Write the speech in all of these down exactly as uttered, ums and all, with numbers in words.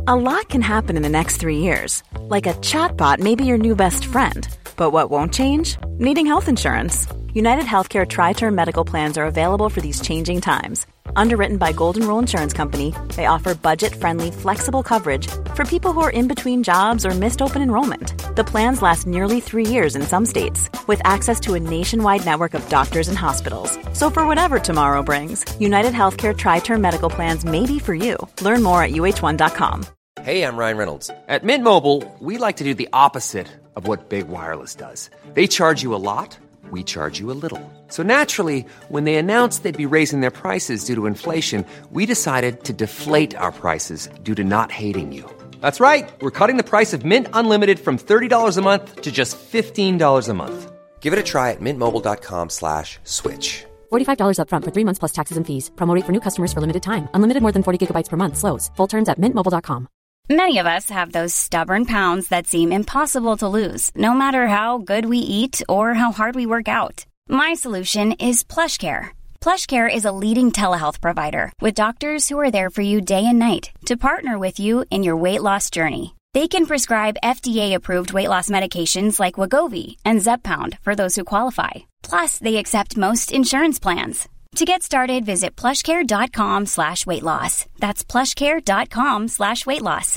A lot can happen in the next three years. Like a chatbot may be your new best friend. But what won't change? Needing health insurance. United Healthcare Tri-Term Medical Plans are available for these changing times. Underwritten by Golden Rule Insurance Company, they offer budget-friendly, flexible coverage for people who are in between jobs or missed open enrollment. The plans last nearly three years in some states, with access to a nationwide network of doctors and hospitals. So for whatever tomorrow brings, United Healthcare Tri-Term Medical Plans may be for you. Learn more at U H one dot com. Hey, I'm Ryan Reynolds. At Mint Mobile, we like to do the opposite of what Big Wireless does. They charge you a lot. We charge you a little. So naturally, when they announced they'd be raising their prices due to inflation, we decided to deflate our prices due to not hating you. That's right. We're cutting the price of Mint Unlimited from thirty dollars a month to just fifteen dollars a month. Give it a try at mintmobile.com slash switch. forty-five dollars up front for three months plus taxes and fees. Promo rate for new customers for limited time. Unlimited more than forty gigabytes per month. Slows full terms at mint mobile dot com. Many of us have those stubborn pounds that seem impossible to lose, no matter how good we eat or how hard we work out. My solution is PlushCare. PlushCare is a leading telehealth provider with doctors who are there for you day and night to partner with you in your weight loss journey. They can prescribe F D A-approved weight loss medications like Wegovy and Zepbound for those who qualify. Plus, they accept most insurance plans. To get started, visit plushcare.com slash weight loss. That's plushcare.com slash weight loss.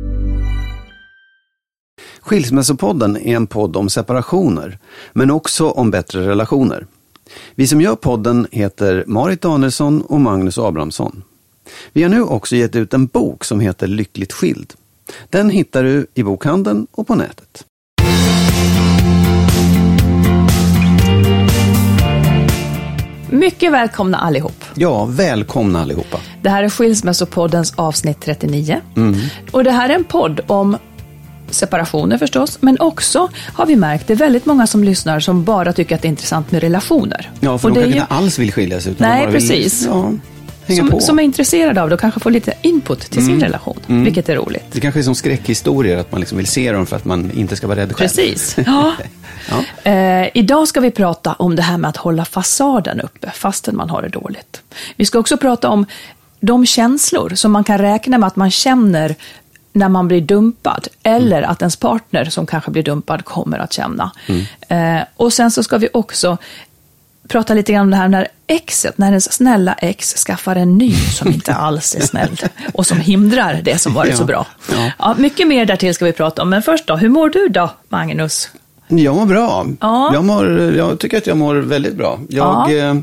Skilsmässopodden är en podd om separationer, men också om bättre relationer. Vi som gör podden heter Marit Danielsson och Magnus Abrahamsson. Vi har nu också gett ut en bok som heter Lyckligt skild. Den hittar du i bokhandeln och på nätet. Mycket välkomna allihop. Ja, välkomna allihopa. Det här är Skilsmässopoddens avsnitt trettionio. Mm. Och det här är en podd om separationer förstås, men också har vi märkt det är väldigt många som lyssnar som bara tycker att det är intressant med relationer. Ja, för och de det kanske ju... inte alls vill skiljas utan Nej, de bara precis. vill ja, hänga som, på. som är intresserade av det och kanske får lite input till mm. sin relation, mm. vilket är roligt. Det kanske är som skräckhistorier att man liksom vill se dem för att man inte ska vara rädd själv. Precis. Ja. ja. Eh, idag ska vi prata om det här med att hålla fasaden uppe fastän man har det dåligt. Vi ska också prata om de känslor som man kan räkna med att man känner när man blir dumpad eller mm. att ens partner som kanske blir dumpad kommer att känna. Mm. Eh, och sen så ska vi också prata lite grann om det här när exet, när ens snälla ex skaffar en ny som inte alls är snäll och som hindrar det som varit ja. så bra. Ja. Ja, mycket mer därtill ska vi prata om. Men först då, hur mår du då, Magnus? Jag mår bra. Ja. Jag, mår, jag tycker att jag mår väldigt bra. Jag... Ja. Eh,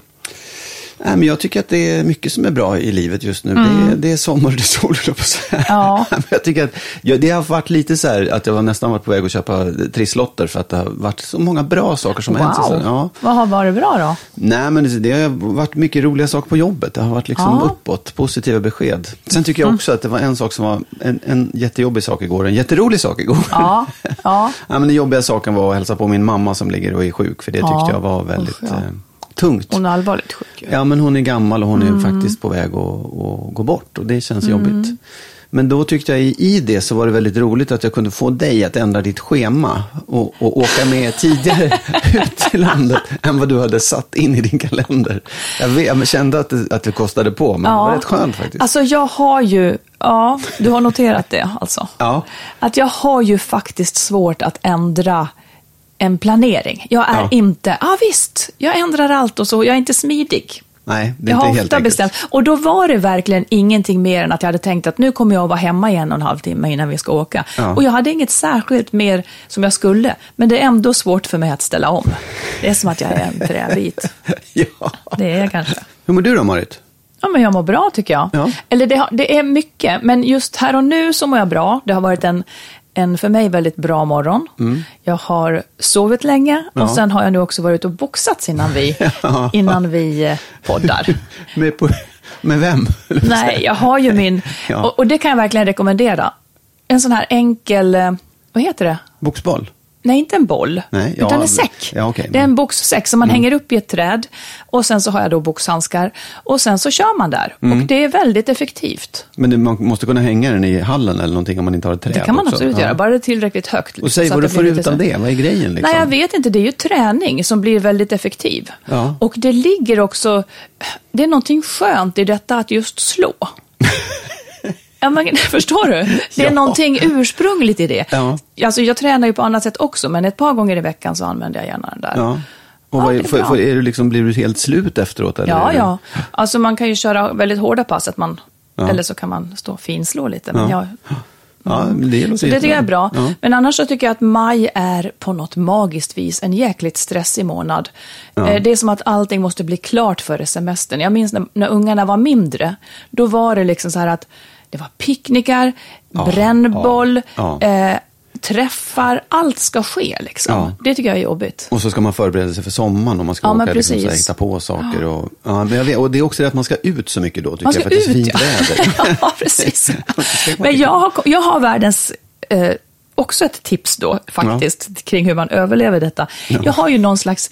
Nej, men jag tycker att det är mycket som är bra i livet just nu. Mm. Det, det är sommar, det är sol. På så här. Ja. Jag tycker att ja, det har varit lite så här att jag var nästan varit på väg att köpa trisslotter för att det har varit så många bra saker som wow. har hänt. Så, ja. Vad har varit bra då? Nej, men det har varit mycket roliga saker på jobbet. Det har varit liksom ja. uppåt, positiva besked. Sen tycker jag också mm. att det var en sak som var en, en jättejobbig sak igår, en jätterolig sak igår. Ja. Ja. ja, men den jobbiga saken var att hälsa på min mamma som ligger och är sjuk, för det tyckte ja. jag var väldigt... Usch, ja. eh, tungt. Hon är allvarligt sjuk. Ja, men hon är gammal och hon mm. är faktiskt på väg att, att gå bort. Och det känns mm. jobbigt. Men då tyckte jag i det så var det väldigt roligt att jag kunde få dig att ändra ditt schema och, och åka med tidigare ut till landet än vad du hade satt in i din kalender. Jag, vet, jag kände att det, att det kostade på, men ja. det var rätt skönt faktiskt. Alltså jag har ju, ja, du har noterat det alltså. Ja. Att jag har ju faktiskt svårt att ändra en planering. Jag är ja. inte, ja ah, visst, jag ändrar allt och så, jag är inte smidig. Nej, det är jag inte har helt ofta bestämt. Och då var det verkligen ingenting mer än att jag hade tänkt att nu kommer jag att vara hemma i en och en halv timme innan vi ska åka. Ja. Och jag hade inget särskilt mer som jag skulle. Men det är ändå svårt för mig att ställa om. Det är som att jag är en träbit. ja. Det är jag kanske. Hur mår du då, Marit? Ja, men jag mår bra tycker jag. Ja. Eller det, har, det är mycket, men just här och nu så mår jag bra. Det har varit en En för mig väldigt bra morgon. Mm. Jag har sovit länge och ja. sen har jag nu också varit och boxats innan vi, ja. innan vi poddar. med, på, med vem? Nej, jag har ju min... ja. och, och det kan jag verkligen rekommendera. En sån här enkel... Vad heter det? Boxboll? Nej, inte en boll, Nej, ja, utan en säck. Ja, okay. Det är en boxsäck som man mm. hänger upp i ett träd. Och sen så har jag då boxhandskar. Och sen så kör man där. Mm. Och det är väldigt effektivt. Men det, man måste kunna hänga den i hallen eller någonting om man inte har ett träd. Det kan man också. absolut ja. göra, bara det är tillräckligt högt. Och säg vad du får ut av det, vad är grejen? Liksom? Nej, jag vet inte, det är ju träning som blir väldigt effektiv. Ja. Och det ligger också, det är någonting skönt i detta att just slå. Ja, men, förstår du? Det är Ja. någonting ursprungligt i det. Ja. Alltså, jag tränar ju på annat sätt också, men ett par gånger i veckan så använder jag gärna den där. Ja. Och Ja, vad, det är för, bra. för, är du liksom, blir du helt slut efteråt? Eller Ja, är det- ja. Alltså man kan ju köra väldigt hårda pass, att man, Ja. eller så kan man stå och finslå lite. Men Ja. jag, Ja, men det låter så det tycker jag är bra. Ja. Men annars så tycker jag att maj är på något magiskt vis en jäkligt stressig månad. Ja. Eh, Det är som att allting måste bli klart före semestern. Jag minns när, när ungarna var mindre, då var det liksom så här att det var picknickar, Ja, brännboll, ja, ja. Eh, träffar, allt ska ske liksom. Ja. Det tycker jag är jobbigt. Och så ska man förbereda sig för sommaren om man ska Ja, men åka liksom, så här, precis. hitta på saker. Och, ja, men jag vet, och det är också det att man ska ut så mycket då, tycker Man ska jag, för att det är så ut, fint ja. väder. Ja, precis. Men jag har, jag har världens, eh, också ett tips då faktiskt, kring hur man överlever detta. Ja. Jag har ju någon slags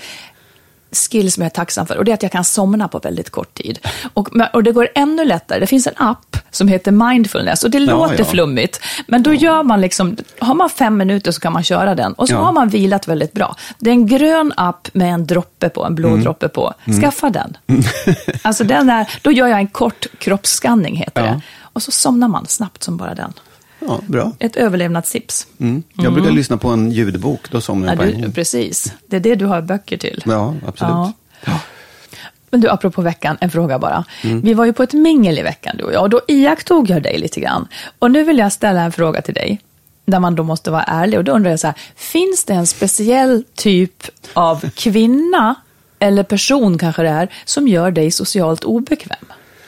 skill som jag är tacksam för, och det är att jag kan somna på väldigt kort tid. Och, och det går ännu lättare. Det finns en app som heter Mindfulness, och det låter ja. flummigt, men då gör man liksom, har man fem minuter så kan man köra den, och så Ja. har man vilat väldigt bra. Det är en grön app med en droppe på, en blå Mm. droppe på. Skaffa den. Alltså den där, då gör jag en kort kroppsskanning, heter Ja. det. Och så somnar man snabbt som bara den. Ja, bra. Ett överlevnadstips. Mm. Jag brukar lyssna på en ljudbok, då somnar Ja, jag på en du, gång. precis. Det är det du har böcker till. Ja, absolut. Ja. Ja. Men du, apropå veckan, en fråga bara. Mm. Vi var ju på ett mingel i veckan, du och jag, och då iakttog jag dig lite grann. Och nu vill jag ställa en fråga till dig, där man då måste vara ärlig. Och då undrar jag så här, finns det en speciell typ av kvinna, eller person kanske det är, som gör dig socialt obekväm?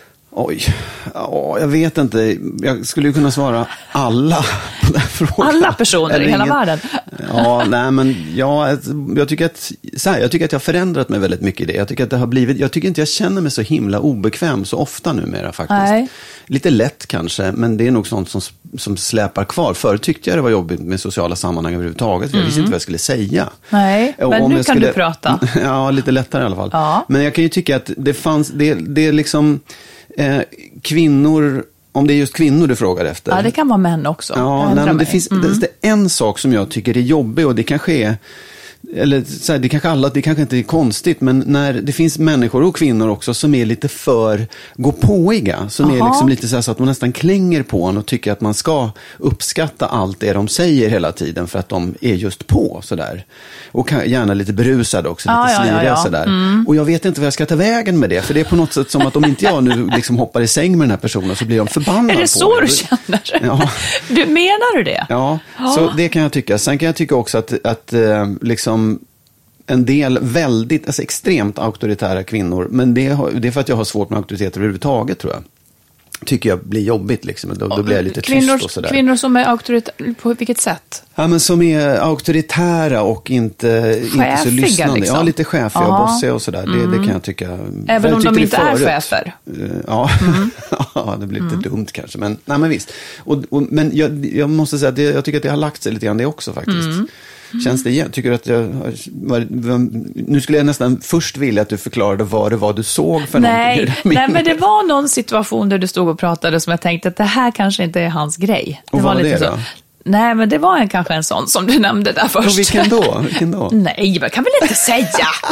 Oj, ja, jag vet inte. Jag skulle ju kunna svara alla på den här frågan. Alla personer Eller i hela ingen- världen. Ja, nej men ja, jag tycker att så här, jag tycker att jag har förändrat mig väldigt mycket i det. Jag tycker att det har blivit, jag tycker inte jag känner mig så himla obekväm så ofta numera faktiskt. Nej. Lite lätt kanske, men det är nog sånt som, som släpar kvar. Förut tyckte jag det var jobbigt med sociala sammanhang överhuvudtaget, för jag visste inte vad jag skulle säga. Nej, Och men om nu jag kan skulle- du prata. Ja, lite lättare i alla fall. Ja. Men jag kan ju tycka att det fanns, det, det är liksom eh, kvinnor, om det är just kvinnor du frågar efter. Ja, det kan vara män också. Jag Ja, ändrar nej, men det mig. finns Mm. det, det är en sak som jag tycker är jobbig, och det kanske är, eller så här, det kanske alla, det kanske inte är konstigt, men när det finns människor och kvinnor också som är lite för gåpåiga, som är Aha. liksom lite så här så att man nästan klänger på en och tycker att man ska uppskatta allt det de säger hela tiden för att de är just på sådär. Och kan, gärna lite berusade också, Ja, lite ja, ja, sliriga ja. sådär. Och jag vet inte vad jag ska ta vägen med det, för det är på något sätt som att om inte jag nu liksom hoppar i säng med den här personen så blir jag förbannad Är på det så mig. du känner? Ja. Du, menar du det? Ja, så det kan jag tycka. Sen kan jag tycka också att, att eh, liksom en del väldigt, alltså extremt auktoritära kvinnor, men det, har, det är för att jag har svårt med auktoriteter överhuvudtaget, tror jag. Tycker jag blir jobbigt liksom. Då, då blir jag lite kvinnor, tyst och sådär. Kvinnor som är auktoritära, på vilket sätt? Ja, men som är auktoritära och inte, inte så Chefiga, lyssnande. liksom. Ja, lite chefiga och Ja. bossiga och sådär. Det, det kan jag tycka. Även jag om tyckte de det inte är förut. chefer? Eh, Ja, ja, det blir lite dumt kanske. Men, nej, men visst. Och, och, men jag, jag måste säga att det, jag tycker att det har lagt sig lite grann det också faktiskt. Känns det igen? Tycker du att jag... Var, var, nu skulle jag nästan först vilja att du förklarade vad det var du såg för Nej, någonting. nej, men det var någon situation där du stod och pratade som jag tänkte att det här kanske inte är hans grej. Och vad var det så. då? Nej, men det var en, kanske en sån som du nämnde där först. Och vilken då? Vilken då? Nej, jag kan väl inte säga.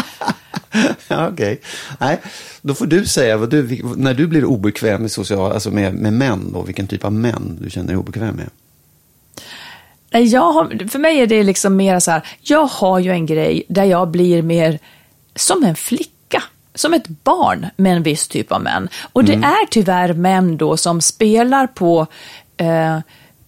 Ja, okej. Nej, då får du säga vad du, när du blir obekväm med, social, alltså med, med män, då, vilken typ av män du känner dig obekväm med. Nej, jag har, för mig är det liksom mer så här, jag har ju en grej där jag blir mer som en flicka, som ett barn med en viss typ av män. Och det är tyvärr män då som spelar på, eh,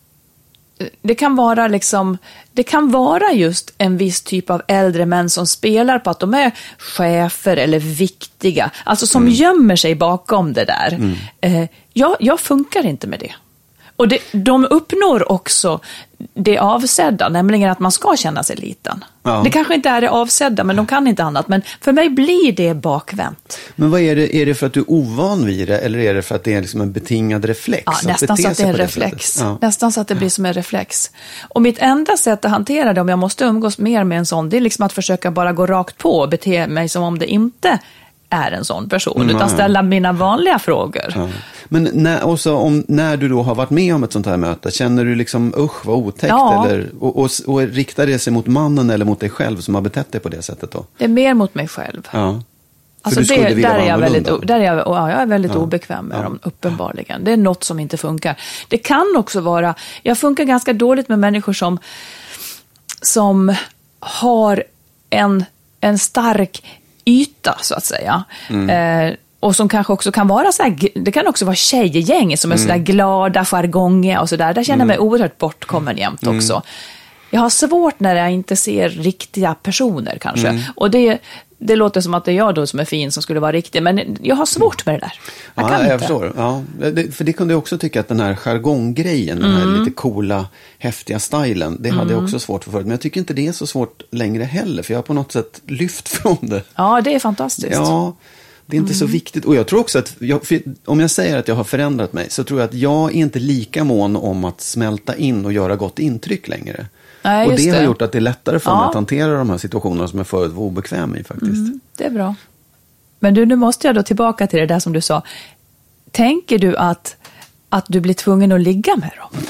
det kan vara liksom, det kan vara just en viss typ av äldre män som spelar på att de är chefer eller viktiga, alltså som mm. gömmer sig bakom det där. Mm. Eh, jag, jag funkar inte med det. Och det, de uppnår också det avsedda, nämligen att man ska känna sig liten. Ja. Det kanske inte är det avsedda, men de kan inte annat. Men för mig blir det bakvänt. Men vad är det? Är det för att du är ovan vid det, eller är det för att det är liksom en betingad reflex? Ja, nästan bete så att det sig är en på reflex. sättet? Ja. Nästan så att det blir som en reflex. Och mitt enda sätt att hantera det, om jag måste umgås mer med en sån, det är liksom att försöka bara gå rakt på och bete mig som om det inte är en sån person, Mm, utan ja. ställa mina vanliga frågor. Ja. Men när, också om, när du då har varit med om ett sånt här möte, känner du liksom, usch vad otäckt, Ja. eller, och, och, och riktar det sig mot mannen eller mot dig själv som har betett dig på det sättet då? Det är mer mot mig själv. Ja. Alltså du skulle det, vilja där, vara är jag väldigt, där är jag, ja, jag är väldigt ja. obekväm med ja. dem, uppenbarligen. Det är något som inte funkar. Det kan också vara, jag funkar ganska dåligt med människor som, som har en, en stark yta, så att säga. Mm. Eh, och som kanske också kan vara så här, det kan också vara tjejgäng som är mm. så där glada, jargongiga och så där. Där känner jag mig mm. oerhört bortkommen jämt mm. också. Jag har svårt när jag inte ser riktiga personer kanske. Mm. Och det, det låter som att det är jag då som är fin som skulle vara riktig. Men jag har svårt med det där. Jag ja, kan jag inte. förstår. Ja, det, för det kunde jag också tycka att den här jargonggrejen, den här mm. lite coola, häftiga stilen, det hade mm. jag också svårt för förut. Men jag tycker inte det är så svårt längre heller. För jag har på något sätt lyft från det. Ja, det är fantastiskt. Ja, det är inte mm. så viktigt. Och jag tror också att, jag, om jag säger att jag har förändrat mig, så tror jag att jag är inte lika mån om att smälta in och göra gott intryck längre. Nej, och det har det. gjort att det är lättare för ja. mig att hantera de här situationerna som jag förut var obekväm i faktiskt. Mm, det är bra. Men du, nu måste jag då tillbaka till det där som du sa. Tänker du att, att du blir tvungen att ligga med dem?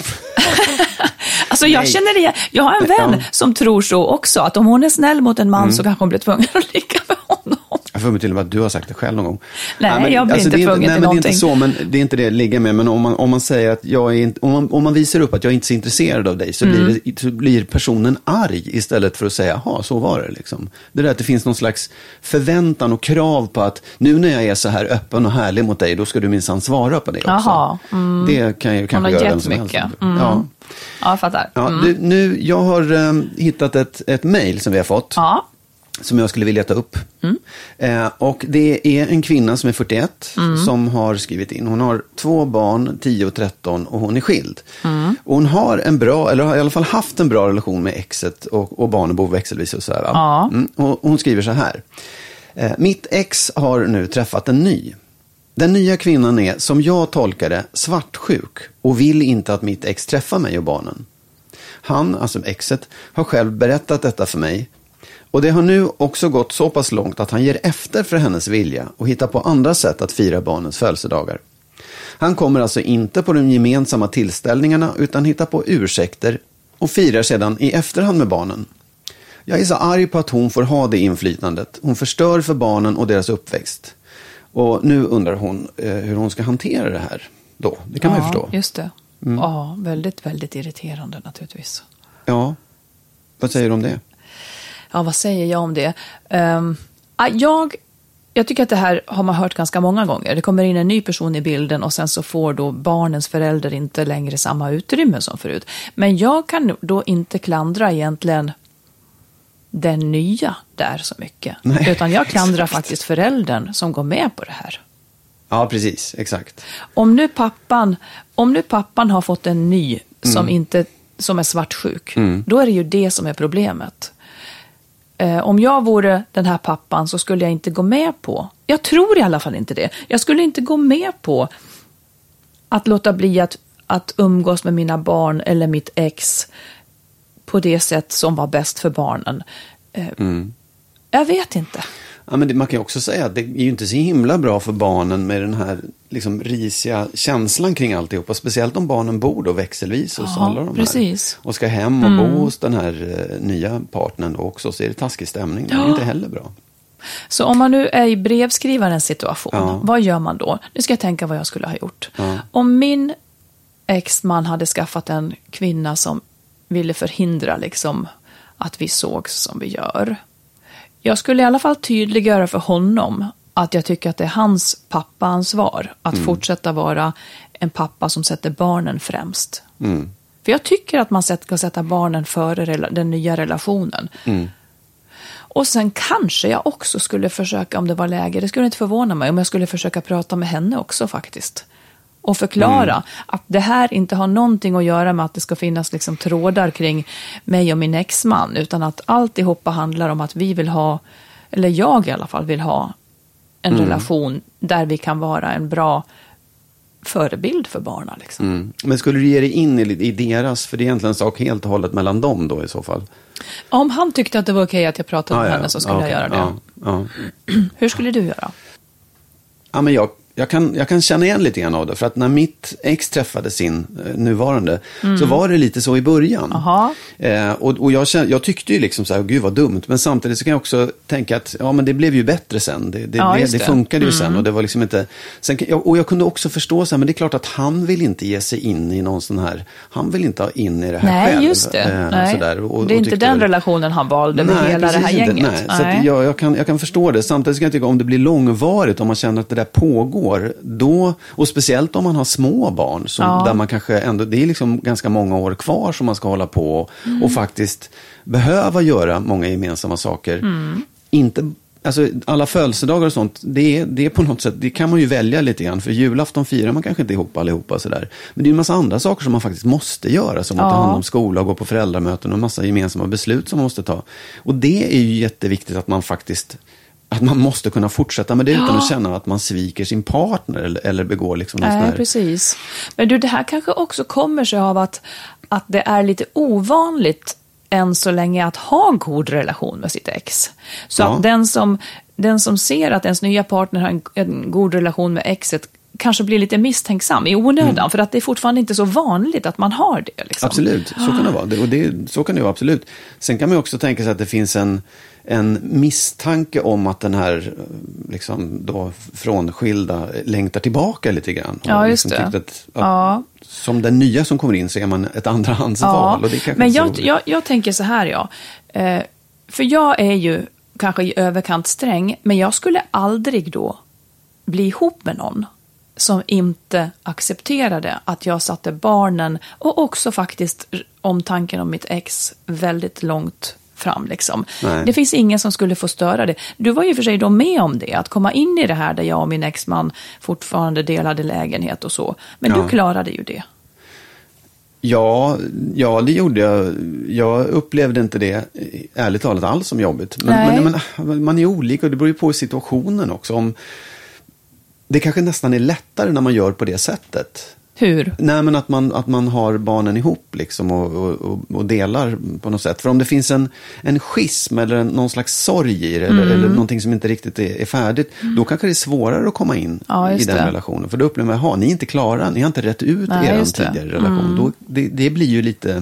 Alltså jag Nej. känner det. Jag har en vän ja. som tror så också. Att om hon är snäll mot en man mm. så kanske hon blir tvungen att ligga med honom. Jag får mig till och med att du har sagt det själv någon gång. Nej, ja, men, jag blir alltså, inte tvungen till någonting. Det är inte så, men det är inte det att ligga med. Men om man, om man säger att jag är inte, om man, om man visar upp att jag är inte är så intresserad av dig, så, mm. blir, det, så blir personen arg istället för att säga, ja, så var det liksom. Det är att det finns någon slags förväntan och krav på att nu när jag är så här öppen och härlig mot dig, då ska du minsann svara på det också. Jaha, mm. Det kan jag ju kanske göra vem som helst. Mm. Ja. Ja, jag fattar. Ja, du, nu, jag har um, hittat ett, ett mejl som vi har fått. Ja. Som jag skulle vilja ta upp. Mm. Eh, och det är en kvinna som är fyrtioett mm. som har skrivit in. Hon har två barn, tio och tretton, och hon är skild. Mm. Och hon har en bra, eller har i alla fall haft en bra relation med exet och, och barnen bor växelvis och så här. Ja. Mm. Och hon skriver så här. Eh, mitt ex har nu träffat en ny. Den nya kvinnan är, som jag tolkar det, svartsjuk och vill inte att mitt ex träffar mig och barnen. Han, alltså exet, har själv berättat detta för mig. Och det har nu också gått så pass långt att han ger efter för hennes vilja och hittar på andra sätt att fira barnens födelsedagar. Han kommer alltså inte på de gemensamma tillställningarna utan hittar på ursäkter och firar sedan i efterhand med barnen. Jag är så arg på att hon får ha det inflytandet. Hon förstör för barnen och deras uppväxt. Och nu undrar hon eh, hur hon ska hantera det här då. Det kan ja, man ju förstå. Just det. Mm. Ja, väldigt, väldigt irriterande naturligtvis. Ja, vad säger du om det? Ja, vad säger jag om det? Um, jag, jag tycker att det här har man hört ganska många gånger. Det kommer in en ny person i bilden och sen så får då barnens förälder inte längre samma utrymme som förut. Men jag kan då inte klandra egentligen den nya där så mycket. Nej, utan jag klandrar exakt. faktiskt föräldern som går med på det här. Ja, precis. Exakt. Om nu pappan, om nu pappan har fått en ny som, mm. inte, som är svartsjuk, mm. då är det ju det som är problemet. Eh, om jag vore den här pappan så skulle jag inte gå med på, jag tror i alla fall inte det, jag skulle inte gå med på att låta bli att, att umgås med mina barn eller mitt ex på det sätt som var bäst för barnen. Eh, mm. Jag vet inte. Ja, men det, man kan ju också säga att det är ju inte så himla bra för barnen med den här liksom risiga känslan kring alltihopa. Speciellt om barnen bor då växelvis hos ja, alla de precis. här. Och ska hem och mm. bo hos den här eh, nya partnern då också, så är det taskig stämning. Det är ja. inte heller bra. Så om man nu är i brevskrivarens situation, ja. vad gör man då? Nu ska jag tänka vad jag skulle ha gjort. Ja. Om min exman hade skaffat en kvinna som ville förhindra liksom att vi sågs som vi gör. Jag skulle i alla fall tydliggöra för honom att jag tycker att det är hans pappaansvar att mm. fortsätta vara en pappa som sätter barnen främst. Mm. För jag tycker att man ska sätta barnen före den nya relationen. Mm. Och sen kanske jag också skulle försöka, om det var läge, det skulle inte förvåna mig om jag skulle försöka prata med henne också faktiskt. Och förklara mm. att det här inte har någonting att göra med att det ska finnas liksom trådar kring mig och min exman. Utan att alltihopa handlar om att vi vill ha, eller jag i alla fall vill ha, en mm. relation där vi kan vara en bra förebild för barnen. Liksom. Mm. Men skulle du ge dig in i, i deras, för det är egentligen en sak helt och hållet mellan dem då i så fall? Om han tyckte att det var okej att jag pratade ah, med ja. henne så skulle ah, okay. jag göra det. Ah, ah. Hur skulle du göra? Ja, men jag jag kan, jag kan känna igen lite grann av det. För att när mitt ex träffade sin eh, nuvarande mm. så var det lite så i början. Eh, och och jag, kände, jag tyckte ju liksom så här, gud vad dumt. Men samtidigt så kan jag också tänka att ja, men det blev ju bättre sen. Det, det, ja, blev, det. det funkade ju mm. sen. Och det var liksom inte... Sen, och jag kunde också förstå så här, men det är klart att han vill inte ge sig in i någon sån här... Han vill inte ha in i det här Nej, själv. Just det. Eh, Nej. Sådär, och, det är och inte den det, relationen han valde med nej, hela det här gänget. Inte, nej. Nej. Så att jag, jag, kan, jag kan förstå det. Samtidigt kan jag tycka om det blir långvarigt, om man känner att det där pågår, då, och speciellt om man har små barn, som, ja. där man kanske ändå, det är liksom ganska många år kvar som man ska hålla på mm. och faktiskt behöva göra många gemensamma saker. Mm. Inte, alltså alla födelsedagar och sånt, det är, det är på något sätt, det kan man ju välja lite grann, för julafton firar man kanske inte ihop allihopa sådär. Men det är en massa andra saker som man faktiskt måste göra, som att ja. ta hand om skola och gå på föräldramöten och en massa gemensamma beslut som man måste ta. Och det är ju jätteviktigt att man faktiskt, att man måste kunna fortsätta med det utan ja. att känna att man sviker sin partner eller, eller begår liksom något sånt här. Nej, precis. Men du, det här kanske också kommer sig av att, att det är lite ovanligt än så länge att ha en god relation med sitt ex. Så ja. att den som, den som ser att ens nya partner har en, en god relation med exet kanske blir lite misstänksam i onödan, mm. för att det är fortfarande inte så vanligt att man har det. Liksom. Absolut, så kan det vara. Det, och det, så kan det vara, absolut. Sen kan man också tänka sig att det finns en, en misstanke om att den här liksom då frånskilda längtar tillbaka lite grann. Ja, just liksom det. Att, att, ja. Som den nya som kommer in så är man ett andrahandsval. Ja. Och det kanske Men inte jag, jag, jag tänker så här, ja. Eh, för jag är ju kanske i överkant sträng, men jag skulle aldrig då bli ihop med någon som inte accepterade att jag satte barnen och också faktiskt omtanken om mitt ex väldigt långt fram. Liksom. Det finns ingen som skulle få störa det. Du var ju för sig då med om det, att komma in i det här där jag och min exman fortfarande delade lägenhet och så. Men ja. du klarade ju det. Ja, ja, det gjorde jag. Jag upplevde inte det, ärligt talat, alls som jobbigt. Men, men, men man är olika och det beror ju på situationen också. Om det kanske nästan är lättare när man gör på det sättet. Hur? Nej, men att man, att man har barnen ihop liksom och, och, och delar på något sätt. För om det finns en, en schism eller en, någon slags sorg i det, mm. eller, eller någonting som inte riktigt är, är färdigt, mm. då kanske det är svårare att komma in ja, i den det. relationen. För då upplever man, att ni är inte klara, ni har inte rätt ut Nej, er tidigare relation. Mm. Då, det, det blir ju lite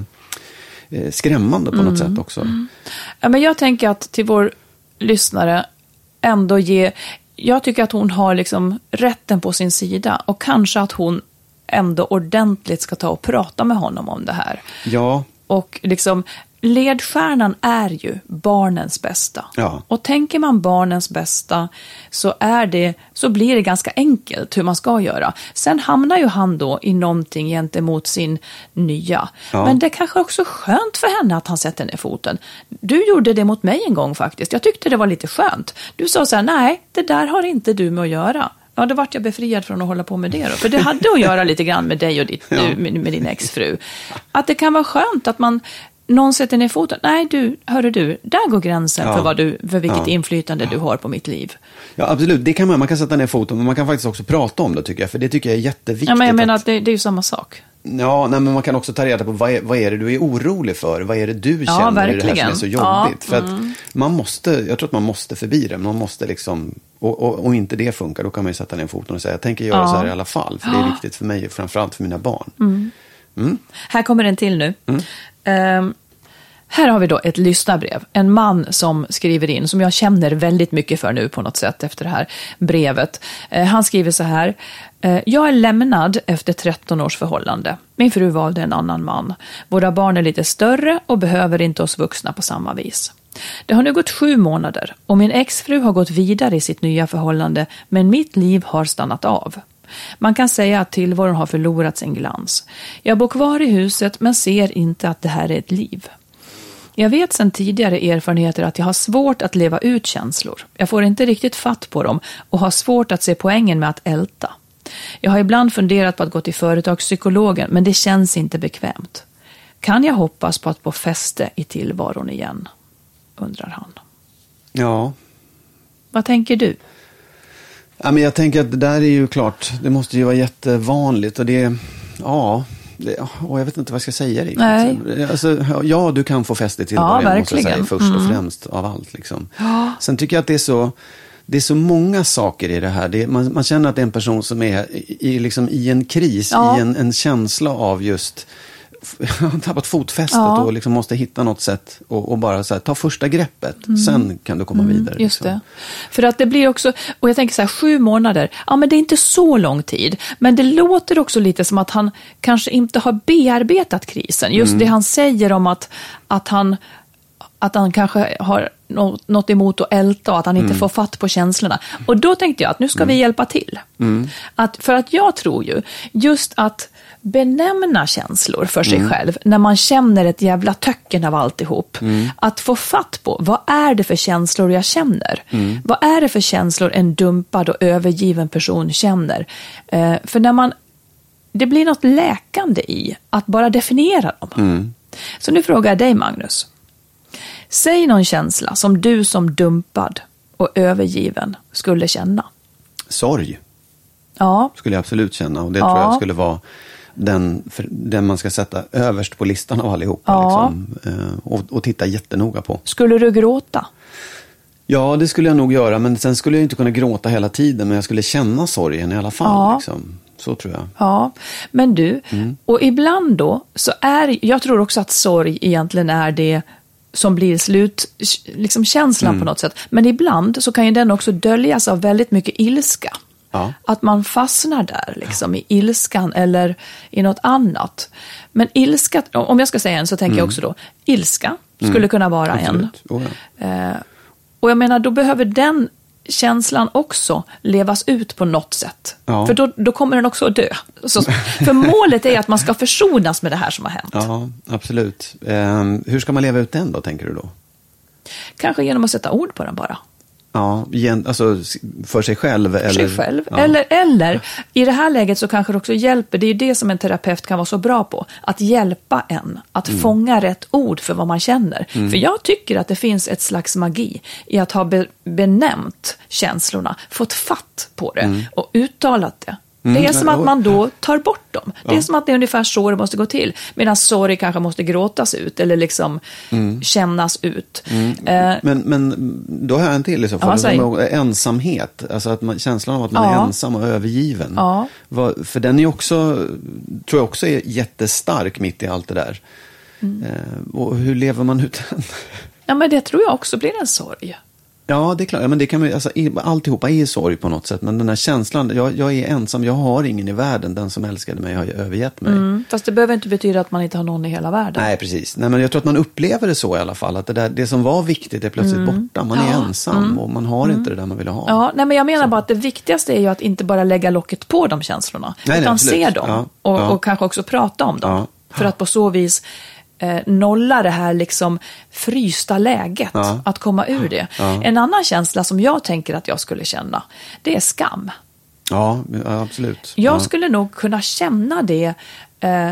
eh, skrämmande på mm. något sätt också. Mm. Ja, men jag tänker att till vår lyssnare ändå ge... Jag tycker att hon har liksom rätten på sin sida och kanske att hon ändå ordentligt ska ta och prata med honom om det här. Ja. Och liksom ledstjärnan är ju barnens bästa. Ja. Och tänker man barnens bästa så är det så blir det ganska enkelt hur man ska göra. Sen hamnar ju han då i någonting gentemot sin nya. Ja. Men det är kanske också skönt för henne att han sätter ner foten. Du gjorde det mot mig en gång faktiskt. Jag tyckte det var lite skönt. Du sa så här, nej, det där har inte du med att göra. Ja, då vart jag befriad från att hålla på med det då. För det hade att göra lite grann med dig och ditt, ja. med, med din exfru. Att det kan vara skönt att man någon sätter ner foten. Nej, du, hörru du, där går gränsen ja. för, vad du, för vilket ja. inflytande ja. du har på mitt liv. Ja, absolut. Det kan man, man kan sätta ner foten, men man kan faktiskt också prata om det, tycker jag. För det tycker jag är jätteviktigt. Ja, men jag menar att, att det, det är ju samma sak. Ja, nej, men man kan också ta reda på vad är, vad är det du är orolig för? Vad är det du ja, känner verkligen. i det här som är så jobbigt? Ja, för mm. att man måste, jag tror att man måste förbi det. Man måste liksom, och, och, och inte det funkar, då kan man ju sätta ner foten och säga, jag tänker göra ja. så här i alla fall. För det är viktigt för mig och framförallt för mina barn. Mm. Mm. Här kommer en till nu. Mm. Um, Här har vi då ett lyssnarbrev. En man som skriver in, som jag känner väldigt mycket för nu på något sätt efter det här brevet. Eh, han skriver så här. Eh, jag är lämnad efter tretton års förhållande. Min fru valde en annan man. Våra barn är lite större och behöver inte oss vuxna på samma vis. Det har nu gått sju månader och min exfru har gått vidare i sitt nya förhållande, men mitt liv har stannat av. Man kan säga att tillvaron har förlorat sin glans. Jag bor kvar i huset men ser inte att det här är ett liv. Jag vet sedan tidigare erfarenheter att jag har svårt att leva ut känslor. Jag får inte riktigt fatt på dem och har svårt att se poängen med att älta. Jag har ibland funderat på att gå till företagspsykologen, men det känns inte bekvämt. Kan jag hoppas på att få fäste i tillvaron igen? Undrar han. Ja. Vad tänker du? Ja, men jag tänker att det där är ju klart, det måste ju vara jättevanligt och det, ja... Det, och jag vet inte vad jag ska säga riktigt. Nej. Alltså, ja, du kan få fäste till ja, början, verkligen. måste jag säga, först och främst mm. av allt. Liksom. Ja. Sen tycker jag att det är så, det är så många saker i det här. Det är, man, man känner att det är en person som är i, i, liksom, i en kris, ja. i en, en känsla av just tappat fotfästet ja. och liksom måste hitta något sätt och, och bara så här, ta första greppet. Mm. Sen kan du komma mm, vidare. Just liksom. det. För att det blir också, och jag tänker så här, sju månader, ja men det är inte så lång tid. Men det låter också lite som att han kanske inte har bearbetat krisen. Just mm. det han säger om att, att han att han kanske har något emot att älta och att han inte mm. får fatt på känslorna. Och då tänkte jag att nu ska mm. vi hjälpa till. Mm. Att, för att jag tror ju just att benämna känslor för sig mm. själv när man känner ett jävla töcken av alltihop. Mm. Att få fatt på, vad är det för känslor jag känner? Mm. Vad är det för känslor en dumpad och övergiven person känner? Eh, för när man, det blir något läkande i att bara definiera dem. Mm. Så nu frågar jag dig, Magnus. Säg någon känsla som du som dumpad och övergiven skulle känna. Sorg. Ja. Skulle jag absolut känna. Och det ja. tror jag skulle vara den, den man ska sätta överst på listan av allihopa. Ja. Liksom, och, och titta jättenoga på. Skulle du gråta? Ja, det skulle jag nog göra. Men sen skulle jag inte kunna gråta hela tiden. Men jag skulle känna sorgen i alla fall. Ja. Liksom. Så tror jag. Ja, men du. Mm. Och ibland då så är, jag tror också att sorg egentligen är det som blir slut, liksom känslan mm. på något sätt. Men ibland så kan ju den också döljas av väldigt mycket ilska. Ja. Att man fastnar där liksom i ilskan eller i något annat. Men ilska, om jag ska säga en så tänker mm. jag också då, ilska skulle mm. kunna vara Absolut. en. Oh, ja. eh, och jag menar, då behöver den känslan också levas ut på något sätt. Ja. För då, då kommer den också att dö. Så, för målet är att man ska försonas med det här som har hänt. Ja, absolut. Um, hur ska man leva ut den då, tänker du då? Kanske genom att sätta ord på den bara. Ja, alltså för sig själv. För eller, sig själv. Ja. Eller, eller i det här läget så kanske det också hjälper. Det är ju det som en terapeut kan vara så bra på. Att hjälpa en. Att mm. fånga rätt ord för vad man känner. Mm. För jag tycker att det finns ett slags magi i att ha be- benämnt känslorna. Fått fatt på det. Mm. Och uttalat det. Mm, det är som att man då tar bort dem. Det är ja. som att det är ungefär så det måste gå till. Medan sorg kanske måste gråtas ut. Eller liksom mm. kännas ut. Mm. Eh, men, men då har jag en till i så fall. Ja, ensamhet. Alltså att man, känslan av att man ja. är ensam och övergiven. Ja. Vad, för den är också, tror jag också är jättestark mitt i allt det där. Mm. Eh, och hur lever man ut den? Ja, men det tror jag också blir en sorg. Ja, det är klart. Ja, men det kan man, alltså, alltihopa är sorg på något sätt. Men den här känslan, jag, jag är ensam, jag har ingen i världen. Den som älskade mig har övergett mig. Mm, fast det behöver inte betyda att man inte har någon i hela världen. Nej, precis. Nej, men jag tror att man upplever det så i alla fall. Att det, där, det som var viktigt är plötsligt mm. borta. Man är ja. ensam mm. och man har mm. inte det där man vill ha. Ja, nej, men jag menar så. bara att det viktigaste är ju att inte bara lägga locket på de känslorna. Nej, utan se dem ja. Och, ja. och kanske också prata om dem. Ja. För att på så vis Eh, nolla det här liksom frysta läget, ja. att komma ur det. Ja. En annan känsla som jag tänker att jag skulle känna, det är skam. Ja, absolut. Jag ja. skulle nog kunna känna det eh,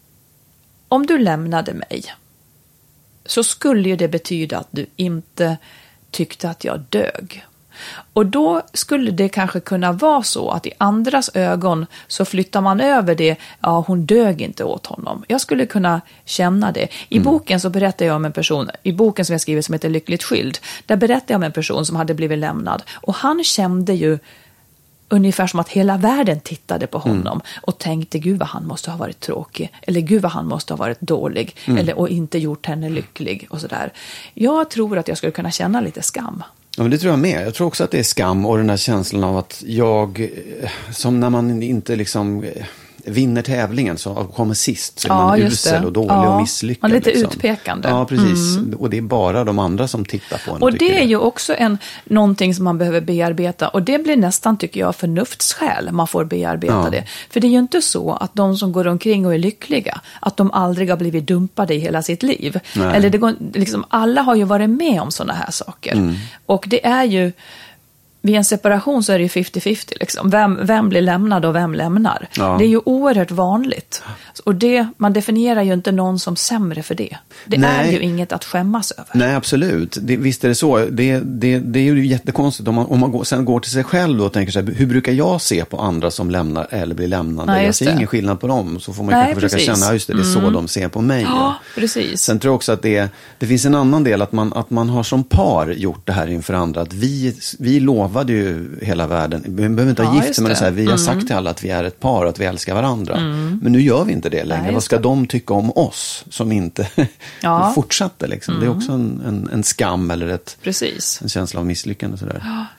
om du lämnade mig. Så skulle ju det betyda att du inte tyckte att jag dög. Och då skulle det kanske kunna vara så att i andras ögon så flyttar man över det, ja hon dög inte åt honom. Jag skulle kunna känna det. I mm. boken så berättar jag om en person, i boken som jag skriver som heter Lyckligt skild, där berättar jag om en person som hade blivit lämnad. Och han kände ju ungefär som att hela världen tittade på honom mm. och tänkte, gud vad han måste ha varit tråkig. Eller gud vad han måste ha varit dålig. Mm. Eller, och inte gjort henne lycklig och sådär. Jag tror att jag skulle kunna känna lite skam. Ja, men det tror jag med. Jag tror också att det är skam och den här känslan av att jag, som när man inte liksom vinner tävlingen så kommer sist så är ja, man usel och dålig ja. och misslyckad. Man är lite liksom. utpekande. Ja, precis. Mm. Och det är bara de andra som tittar på en. Och det är ju också en, någonting som man behöver bearbeta. Och det blir nästan, tycker jag, förnuftsskäl man får bearbeta ja. det. För det är ju inte så att de som går omkring och är lyckliga, att de aldrig har blivit dumpade i hela sitt liv. Nej. Eller det går, liksom, alla har ju varit med om sådana här saker. Mm. Och det är ju, vid en separation så är det ju femtio-femtio. Liksom. Vem, vem blir lämnad och vem lämnar? Ja. Det är ju oerhört vanligt. Och det, man definierar ju inte någon som sämre för det. Det Nej. är ju inget att skämmas över. Nej, absolut. Det, visst är det så. Det, det, det är ju jättekonstigt. Om man, om man går, sen går till sig själv då och tänker så här, hur brukar jag se på andra som lämnar eller blir lämnade? Nej, jag ser det. ingen skillnad på dem. Så får man Nej, försöka precis. känna, just det, det är mm. så de ser på mig. Ja, precis. Sen tror jag också att det, det finns en annan del, att man, att man har som par gjort det här inför andra. Att vi, vi lovar lovade ju hela världen, vi behöver inte ha Ja, gift, men så här, vi har mm. sagt till alla att vi är ett par och att vi älskar varandra. Mm. Men nu gör vi inte det längre. Nej, vad ska det. de tycka om oss som inte ja. fortsatte? Liksom? Mm. Det är också en, en, en skam eller ett, Precis. en känsla av misslyckande. Och sådär. Ja.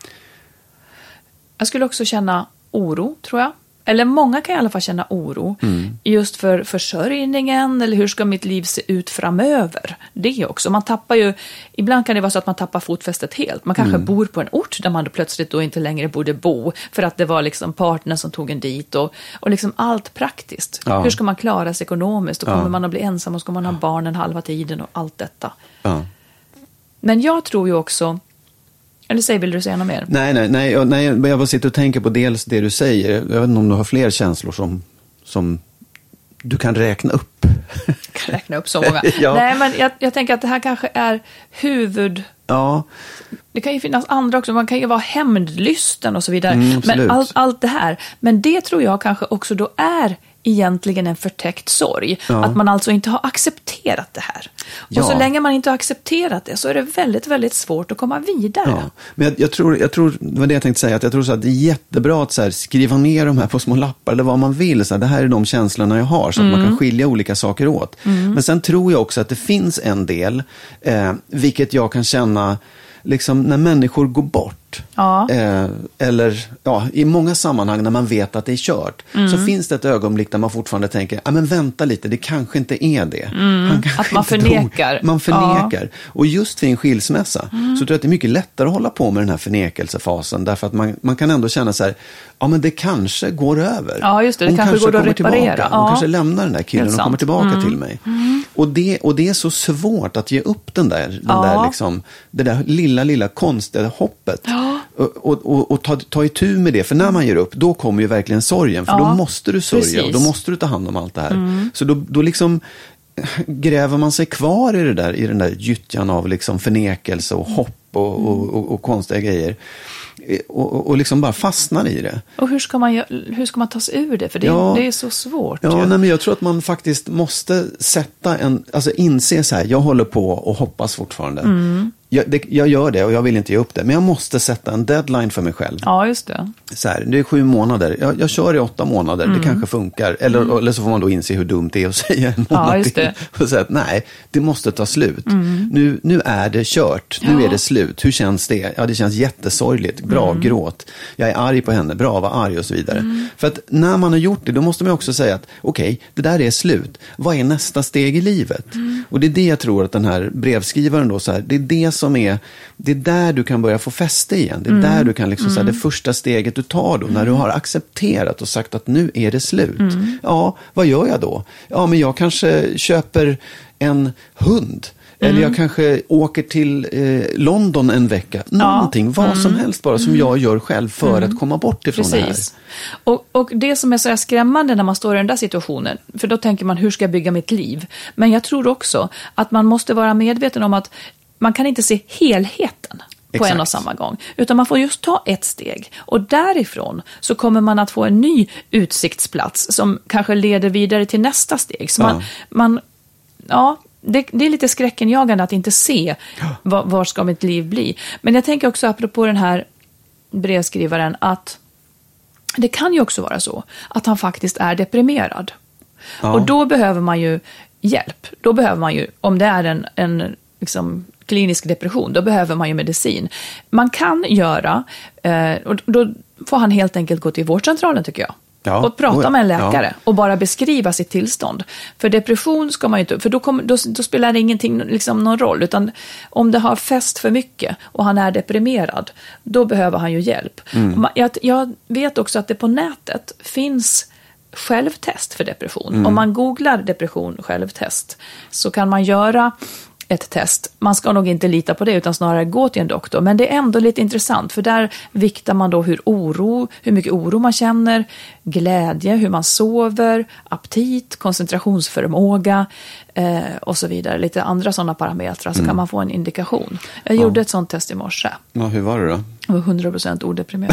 Jag skulle också känna oro, tror jag. Eller många kan i alla fall känna oro mm. just för försörjningen eller hur ska mitt liv se ut framöver. Det också. Man tappar ju, ibland kan det vara så att man tappar fotfästet helt. Man kanske mm. bor på en ort där man då plötsligt då inte längre borde bo för att det var liksom partnern som tog en dit och, och liksom allt praktiskt. Ja. Hur ska man klara sig ekonomiskt? Då kommer ja. man att bli ensam och ska man ha barnen halva tiden och allt detta. Ja. Men jag tror ju också... Eller säg, vill du säga något mer? Nej, nej, nej, jag, nej, jag bara sitter och tänker på dels det du säger. Jag vet inte om du har fler känslor som, som du kan räkna upp. Kan räkna upp så många. ja. Nej, men jag, jag tänker att det här kanske är huvud... Ja. Det kan ju finnas andra också. Man kan ju vara hämndlysten och så vidare. Mm, men allt, allt det här. Men det tror jag kanske också då är egentligen en förtäckt sorg. Ja. Att man alltså inte har accepterat det här. Ja. Och så länge man inte har accepterat det så är det väldigt, väldigt svårt att komma vidare. Ja. Men jag, jag, tror, jag tror, det var det jag tänkte säga, att jag tror så att det är jättebra att så här, skriva ner de här på små lappar eller vad man vill. Så här, det här är de känslorna jag har, så att mm. man kan skilja olika saker åt. Mm. Men sen tror jag också att det finns en del, eh, vilket jag kan känna liksom när människor går bort. Ja. Eh, eller ja, i många sammanhang när man vet att det är kört mm. så finns det ett ögonblick där man fortfarande tänker, ja men vänta lite, det kanske inte är det. Mm. Han kanske att man förnekar. Dog. Man förnekar. Ja. Och just vid en skilsmässa mm. så tror jag att det är mycket lättare att hålla på med den här förnekelsefasen, därför att man, man kan ändå känna så här, ja men det kanske går över. Ja just det, det kanske, kanske går att reparera. Hon ja. kanske lämnar den där killen och kommer tillbaka mm. till mig. Mm. Och, det, och det är så svårt att ge upp den där, den ja. där liksom, det där lilla, lilla konstiga hoppet. Ja. Och, och, och, och ta, ta itu med det. För när man ger upp, då kommer ju verkligen sorgen. För ja, då måste du sörja precis. Och då måste du ta hand om allt det här. Mm. Så då, då liksom gräver man sig kvar i det där, i den där gyttjan av liksom förnekelse och hopp och, mm. och, och, och konstiga grejer. Och, och liksom bara fastnar i det. Och hur ska man, hur ska man ta sig ur det? För det, ja, det är så svårt. Ja, nej, men jag tror att man faktiskt måste sätta en, alltså inse så här, jag håller på och hoppas fortfarande. Mm. Jag, det, jag gör det och jag vill inte ge upp det. Men jag måste sätta en deadline för mig själv. Ja, just det. Så här, det är sju månader. Jag, jag kör i åtta månader. Mm. Det kanske funkar. Eller, mm. eller så får man då inse hur dumt det är att säga en månad ja, just det. till. Och säga att nej, det måste ta slut. Mm. Nu, nu är det kört. Nu ja. är det slut. Hur känns det? Ja, det känns jättesorgligt. Bra, mm. gråt. Jag är arg på henne. Bra, var arg och så vidare. Mm. För att när man har gjort det, då måste man också säga att okej, okay, det där är slut. Vad är nästa steg i livet? Mm. Och det är det jag tror att den här brevskrivaren då så här, det är det som är det är där du kan börja få fäste igen. Det är mm. där du kan liksom mm. så här, det första steget du tar då, när du har accepterat och sagt att nu är det slut. Mm. Ja, vad gör jag då? Ja, men jag kanske köper en hund. Mm. Eller jag kanske åker till eh, London en vecka. Någonting, ja. vad mm. som helst bara som jag gör själv för mm. att komma bort ifrån Precis. det här. Och, och det som är så här skrämmande när man står i den där situationen, för då tänker man, hur ska jag bygga mitt liv? Men jag tror också att man måste vara medveten om att man kan inte se helheten på Exakt. en och samma gång. Utan man får just ta ett steg. Och därifrån så kommer man att få en ny utsiktsplats som kanske leder vidare till nästa steg. Så ja. man, man ja, det, det är lite skräckenjagande att inte se var, var ska mitt liv bli. Men jag tänker också apropå den här brevskrivaren att det kan ju också vara så att han faktiskt är deprimerad. Ja. Och då behöver man ju hjälp. Då behöver man ju, om det är en, en liksom klinisk depression, då behöver man ju medicin. Man kan göra, eh, och då får han helt enkelt gå till vårdcentralen tycker jag. Ja, och prata oh ja, med en läkare ja. och bara beskriva sitt tillstånd. För depression ska man ju inte, för då, kommer, då, då spelar det ingenting liksom någon roll, utan om det har fäst för mycket och han är deprimerad, då behöver han ju hjälp. Mm. Jag, jag vet också att det på nätet finns självtest för depression. Mm. Om man googlar depression självtest så kan man göra ett test. Man ska nog inte lita på det utan snarare gå till en doktor. Men det är ändå lite intressant för där viktar man då hur oro, hur mycket oro man känner, glädje, hur man sover, aptit, koncentrationsförmåga eh, och så vidare. Lite andra sådana parametrar så mm. kan man få en indikation. Jag ja. gjorde ett sånt test i morse. Ja, hur var det då? Jag var hundra procent odeprimerad.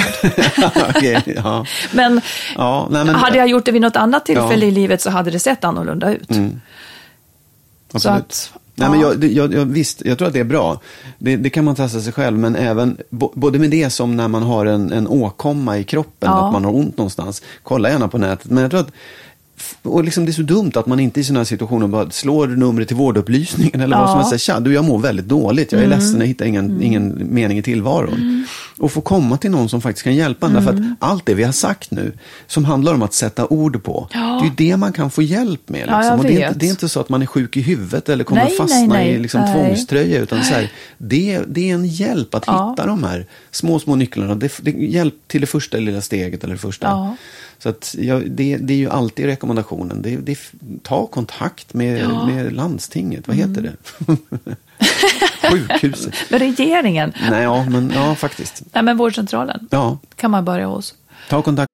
okay, ja. Men, ja, nej, men hade jag gjort det vid något annat tillfälle ja. i livet så hade det sett annorlunda ut. Mm. Så att, Nej, men jag, jag, jag, visst, jag tror att det är bra. Det, det kan man testa sig själv, men även bo, både med det som när man har en, en åkomma i kroppen, ja. Att man har ont någonstans. Kolla gärna på nätet. Men jag tror att och liksom det är så dumt att man inte i sådana här situationer bara slår numret till vårdupplysningen eller ja. Vad som man säger, tja, du, jag mår väldigt dåligt, jag är mm. ledsen, jag hittar ingen, mm. ingen mening i tillvaron. Mm. Och få komma till någon som faktiskt kan hjälpa en, mm. därför att allt det vi har sagt nu, som handlar om att sätta ord på, ja. Det är ju det man kan få hjälp med. Liksom. Ja, och det är, inte, det är inte så att man är sjuk i huvudet eller kommer nej, fastna nej, nej. i liksom tvångströja, utan så här, det, det är en hjälp att ja. Hitta de här små, små nycklarna. Det, det är hjälp till det första lilla steget eller det första. Ja. Så att, ja, det, det är ju alltid rekommendationen. Det, det, ta kontakt med, ja. Med landstinget. Vad heter mm. det? Sjukhuset. Med regeringen? Nej, ja, men, ja, faktiskt. Nej, men vårdcentralen. Ja. Kan man börja hos. Ta kontakt.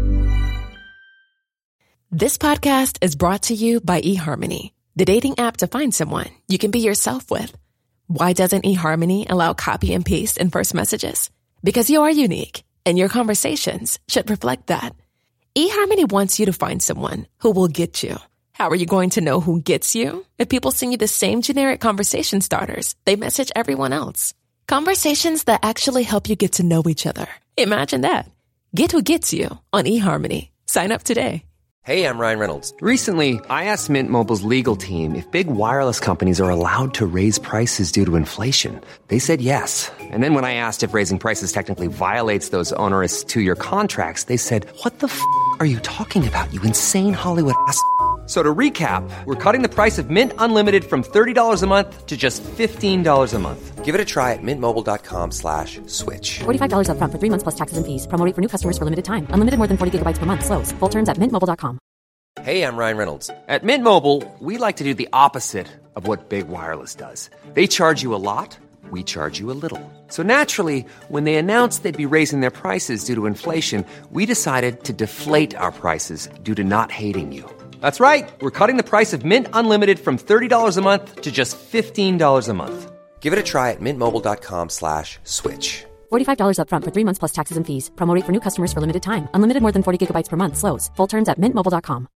This podcast is brought to you by eHarmony, the dating app to find someone you can be yourself with. Why doesn't eHarmony allow copy and paste in first messages? Because you are unique, and your conversations should reflect that. eHarmony wants you to find someone who will get you. How are you going to know who gets you? If people send you the same generic conversation starters they message everyone else. Conversations that actually help you get to know each other. Imagine that. Get who gets you on eHarmony. Sign up today. Hey, I'm Ryan Reynolds. Recently, I asked Mint Mobile's legal team if big wireless companies are allowed to raise prices due to inflation. They said yes. And then when I asked if raising prices technically violates those onerous two-year contracts, they said, what the f*** are you talking about, you insane Hollywood ass f- So to recap, we're cutting the price of Mint Unlimited from thirty dollars a month to just fifteen dollars a month. Give it a try at mintmobile.com slash switch. forty-five dollars up front for three months plus taxes and fees. Promo rate for new customers for limited time. Unlimited more than forty gigabytes per month. Slows full terms at mint mobile dot com. Hey, I'm Ryan Reynolds. At Mint Mobile, we like to do the opposite of what Big Wireless does. They charge you a lot, we charge you a little. So naturally, when they announced they'd be raising their prices due to inflation, we decided to deflate our prices due to not hating you. That's right. We're cutting the price of Mint Unlimited from thirty dollars a month to just fifteen dollars a month. Give it a try at mintmobile.com slash switch. forty-five dollars up front for three months plus taxes and fees. Promo rate for new customers for limited time. Unlimited more than forty gigabytes per month. Slows full terms at mint mobile dot com.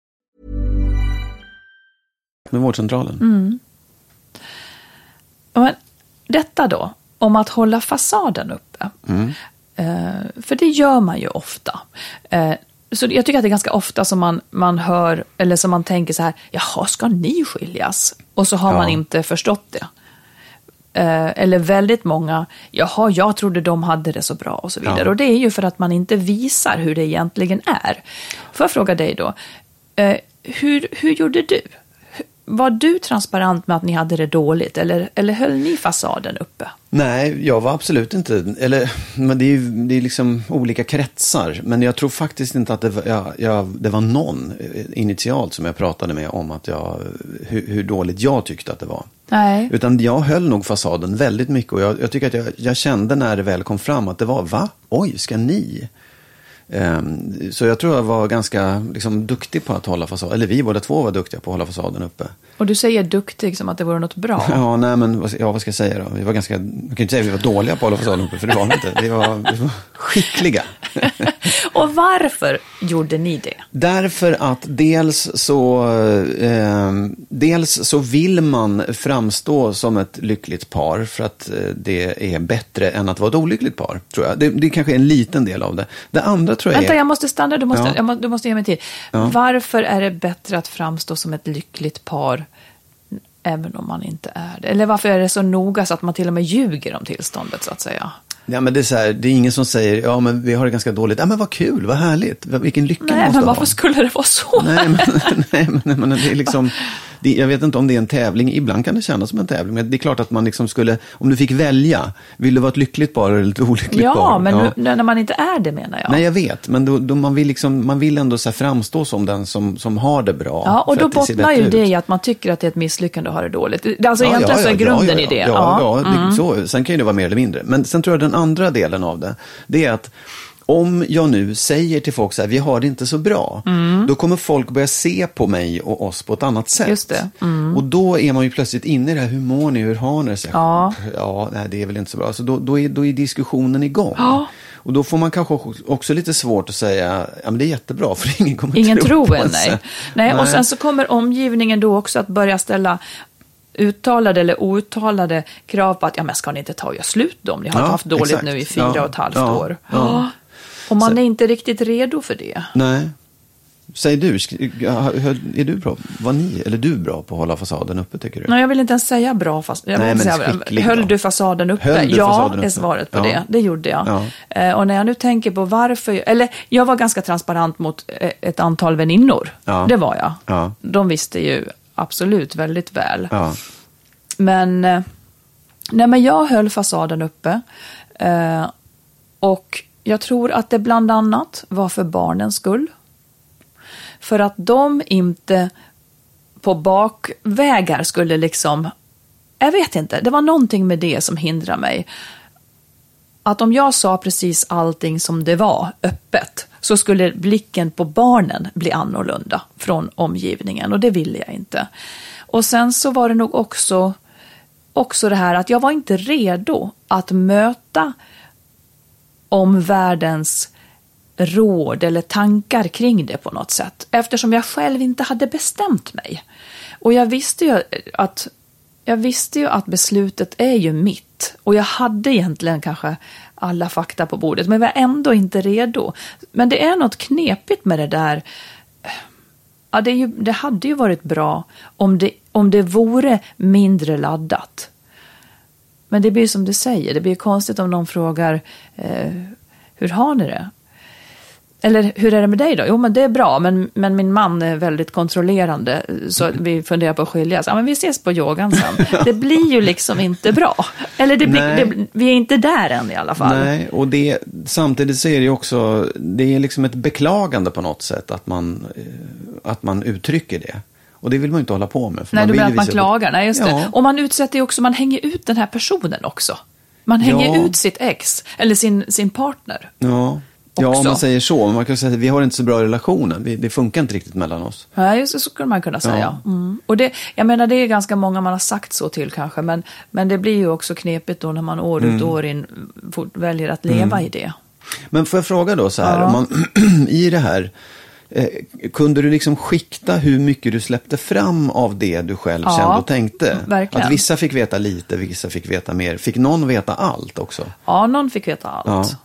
Med vårdcentralen. Mm. Men detta då, om att hålla fasaden uppe. Mm. Eh, för det gör man ju ofta. Eh, Så jag tycker att det är ganska ofta som man, man hör, eller som man tänker så här, jaha, ska ni skiljas? Och så har ja. Man inte förstått det. Eh, eller väldigt många, jaha, jag trodde de hade det så bra och så vidare. Ja. Och det är ju för att man inte visar hur det egentligen är. Får jag fråga dig då, eh, hur, hur gjorde du? Var du transparent med att ni hade det dåligt, eller, eller höll ni fasaden uppe? Nej, jag var absolut inte, eller men det är ju det är liksom olika kretsar, men jag tror faktiskt inte att det var, jag, jag, det var någon initialt som jag pratade med om att jag, hur, hur dåligt jag tyckte att det var. Nej. Utan jag höll nog fasaden väldigt mycket, och jag, jag tycker att jag, jag kände när det väl kom fram att det var, va? Oj, ska ni? Um, så jag tror jag var ganska liksom, duktig på att hålla fasaden. Eller vi båda två var duktiga på att hålla fasaden uppe. Och du säger duktig som att det vore något bra. Ja, nej men ja, vad ska jag säga då? Vi var ganska, man kan inte säga att vi var dåliga på att hålla fasaden uppe, för det var vi inte. Vi var, vi var skickliga. Och varför gjorde ni det? Därför att dels så eh, dels så vill man framstå som ett lyckligt par, för att eh, det är bättre än att vara ett olyckligt par, tror jag. Det, det kanske är en liten del av det. Det andra tror jag Vänta, är... jag måste stanna, du måste, Ja. jag må, du måste ge mig tid. Ja. Varför är det bättre att framstå som ett lyckligt par även om man inte är det? Eller varför är det så noga så att man till och med ljuger om tillståndet, så att säga? Ja, men det är så här, det är ingen som säger, ja men vi har det ganska dåligt. Ja men vad kul, vad härligt, vilken lycka man Nej, måste men varför ha. skulle det vara så? Nej, men, nej, men, men det är liksom, det, jag vet inte om det är en tävling, ibland kan det kännas som en tävling, men det är klart att man liksom skulle, om du fick välja, vill du vara ett lyckligt par eller ett olyckligt ja, par? Men ja, men när man inte är det, menar jag. Nej, jag vet, men då, då man, vill liksom, man vill ändå så här framstå som den som, som har det bra. Ja, och då bottnar ju ut. det i att man tycker att det är ett misslyckande att ha det dåligt. Alltså Ja, egentligen ja, så är ja, grunden ja, ja, i det. Ja, ja. ja, det, Mm. så, sen kan ju det vara mer eller mindre. Men sen tror jag den andra delen av det, det är att om jag nu säger till folk så här, vi har det inte så bra, mm. då kommer folk börja se på mig och oss på ett annat sätt. Just det. Mm. Och då är man ju plötsligt inne i det här, hur mår ni, hur har ni det? Så, ja, ja nej, det är väl inte så bra. Så då, då, är, då är diskussionen igång. Ja. Och då får man kanske också lite svårt att säga, ja men det är jättebra, för ingen kommer ingen tro tro på en, en. nej. nej. Och sen så kommer omgivningen då också att börja ställa uttalade eller outtalade krav på att ja, men ska ni inte ta och göra slut då om ni har Ja, haft dåligt exakt. nu i fyra Ja, och ett halvt ja, år. ja. Och man Så- är inte riktigt redo för det. Nej. Säg du, är du bra, var ni, eller du bra på att hålla fasaden uppe tycker du? Nej, jag vill inte ens säga bra fast jag vill Nej, inte men säga, skicklig höll då? du fasaden uppe? Höll du ja, fasaden uppe? är svaret på Ja. det. Det gjorde jag. Ja. Eh, och när jag nu tänker på varför, eller jag var ganska transparent mot eh, ett antal väninnor. Ja. Det var jag. Ja. De visste ju absolut väldigt väl. Ja. Men, eh, nej, men jag höll fasaden uppe. Eh, och jag tror att det bland annat var för barnens skull. För att de inte på bakvägar skulle liksom... Jag vet inte, det var någonting med det som hindrade mig. Att om jag sa precis allting som det var öppet så skulle blicken på barnen bli annorlunda från omgivningen. Och det ville jag inte. Och sen så var det nog också, också det här att jag var inte redo att möta omvärldens råd eller tankar kring det på något sätt. Eftersom jag själv inte hade bestämt mig. Och jag visste ju att, jag visste ju att beslutet är ju mitt. Och jag hade egentligen kanske alla fakta på bordet. Men jag var ändå inte redo. Men det är något knepigt med det där. Ja, det, är ju, det hade ju varit bra om det, om det vore mindre laddat. Men det blir som du säger. Det blir konstigt om någon frågar eh, hur har ni det? Eller hur är det med dig då? Jo, men det är bra, men, men min man är väldigt kontrollerande så vi funderar på att skiljas. Ja, men vi ses på yogan sen. Det blir ju liksom inte bra. Eller det blir, det, vi är inte där än i alla fall. Nej, och det, samtidigt så är det ju också, det är liksom ett beklagande på något sätt att man, att man uttrycker det. Och det vill man inte hålla på med. För Nej, man du vill menar ju att man visa- klagar. Nej, just det. Ja. Och man utsätter ju också, man hänger ut den här personen också. Man hänger Ja. ut sitt ex eller sin, sin partner. Ja. Ja, Också. om man säger så. Men man kan säga att vi har inte så bra relationer. Vi, det funkar inte riktigt mellan oss. Ja, just det, så skulle man kunna säga. Ja. Mm. Och det, jag menar, det är ganska många man har sagt så till kanske. Men, men det blir ju också knepigt då när man år ut och år in fort väljer att leva i det. Men får jag fråga då så här. Ja. Om man, i det här, eh, kunde du liksom skikta hur mycket du släppte fram av det du själv Ja, kände och tänkte? verkligen. Att vissa fick veta lite, vissa fick veta mer. Fick någon veta allt också? Ja, någon fick veta allt. Ja.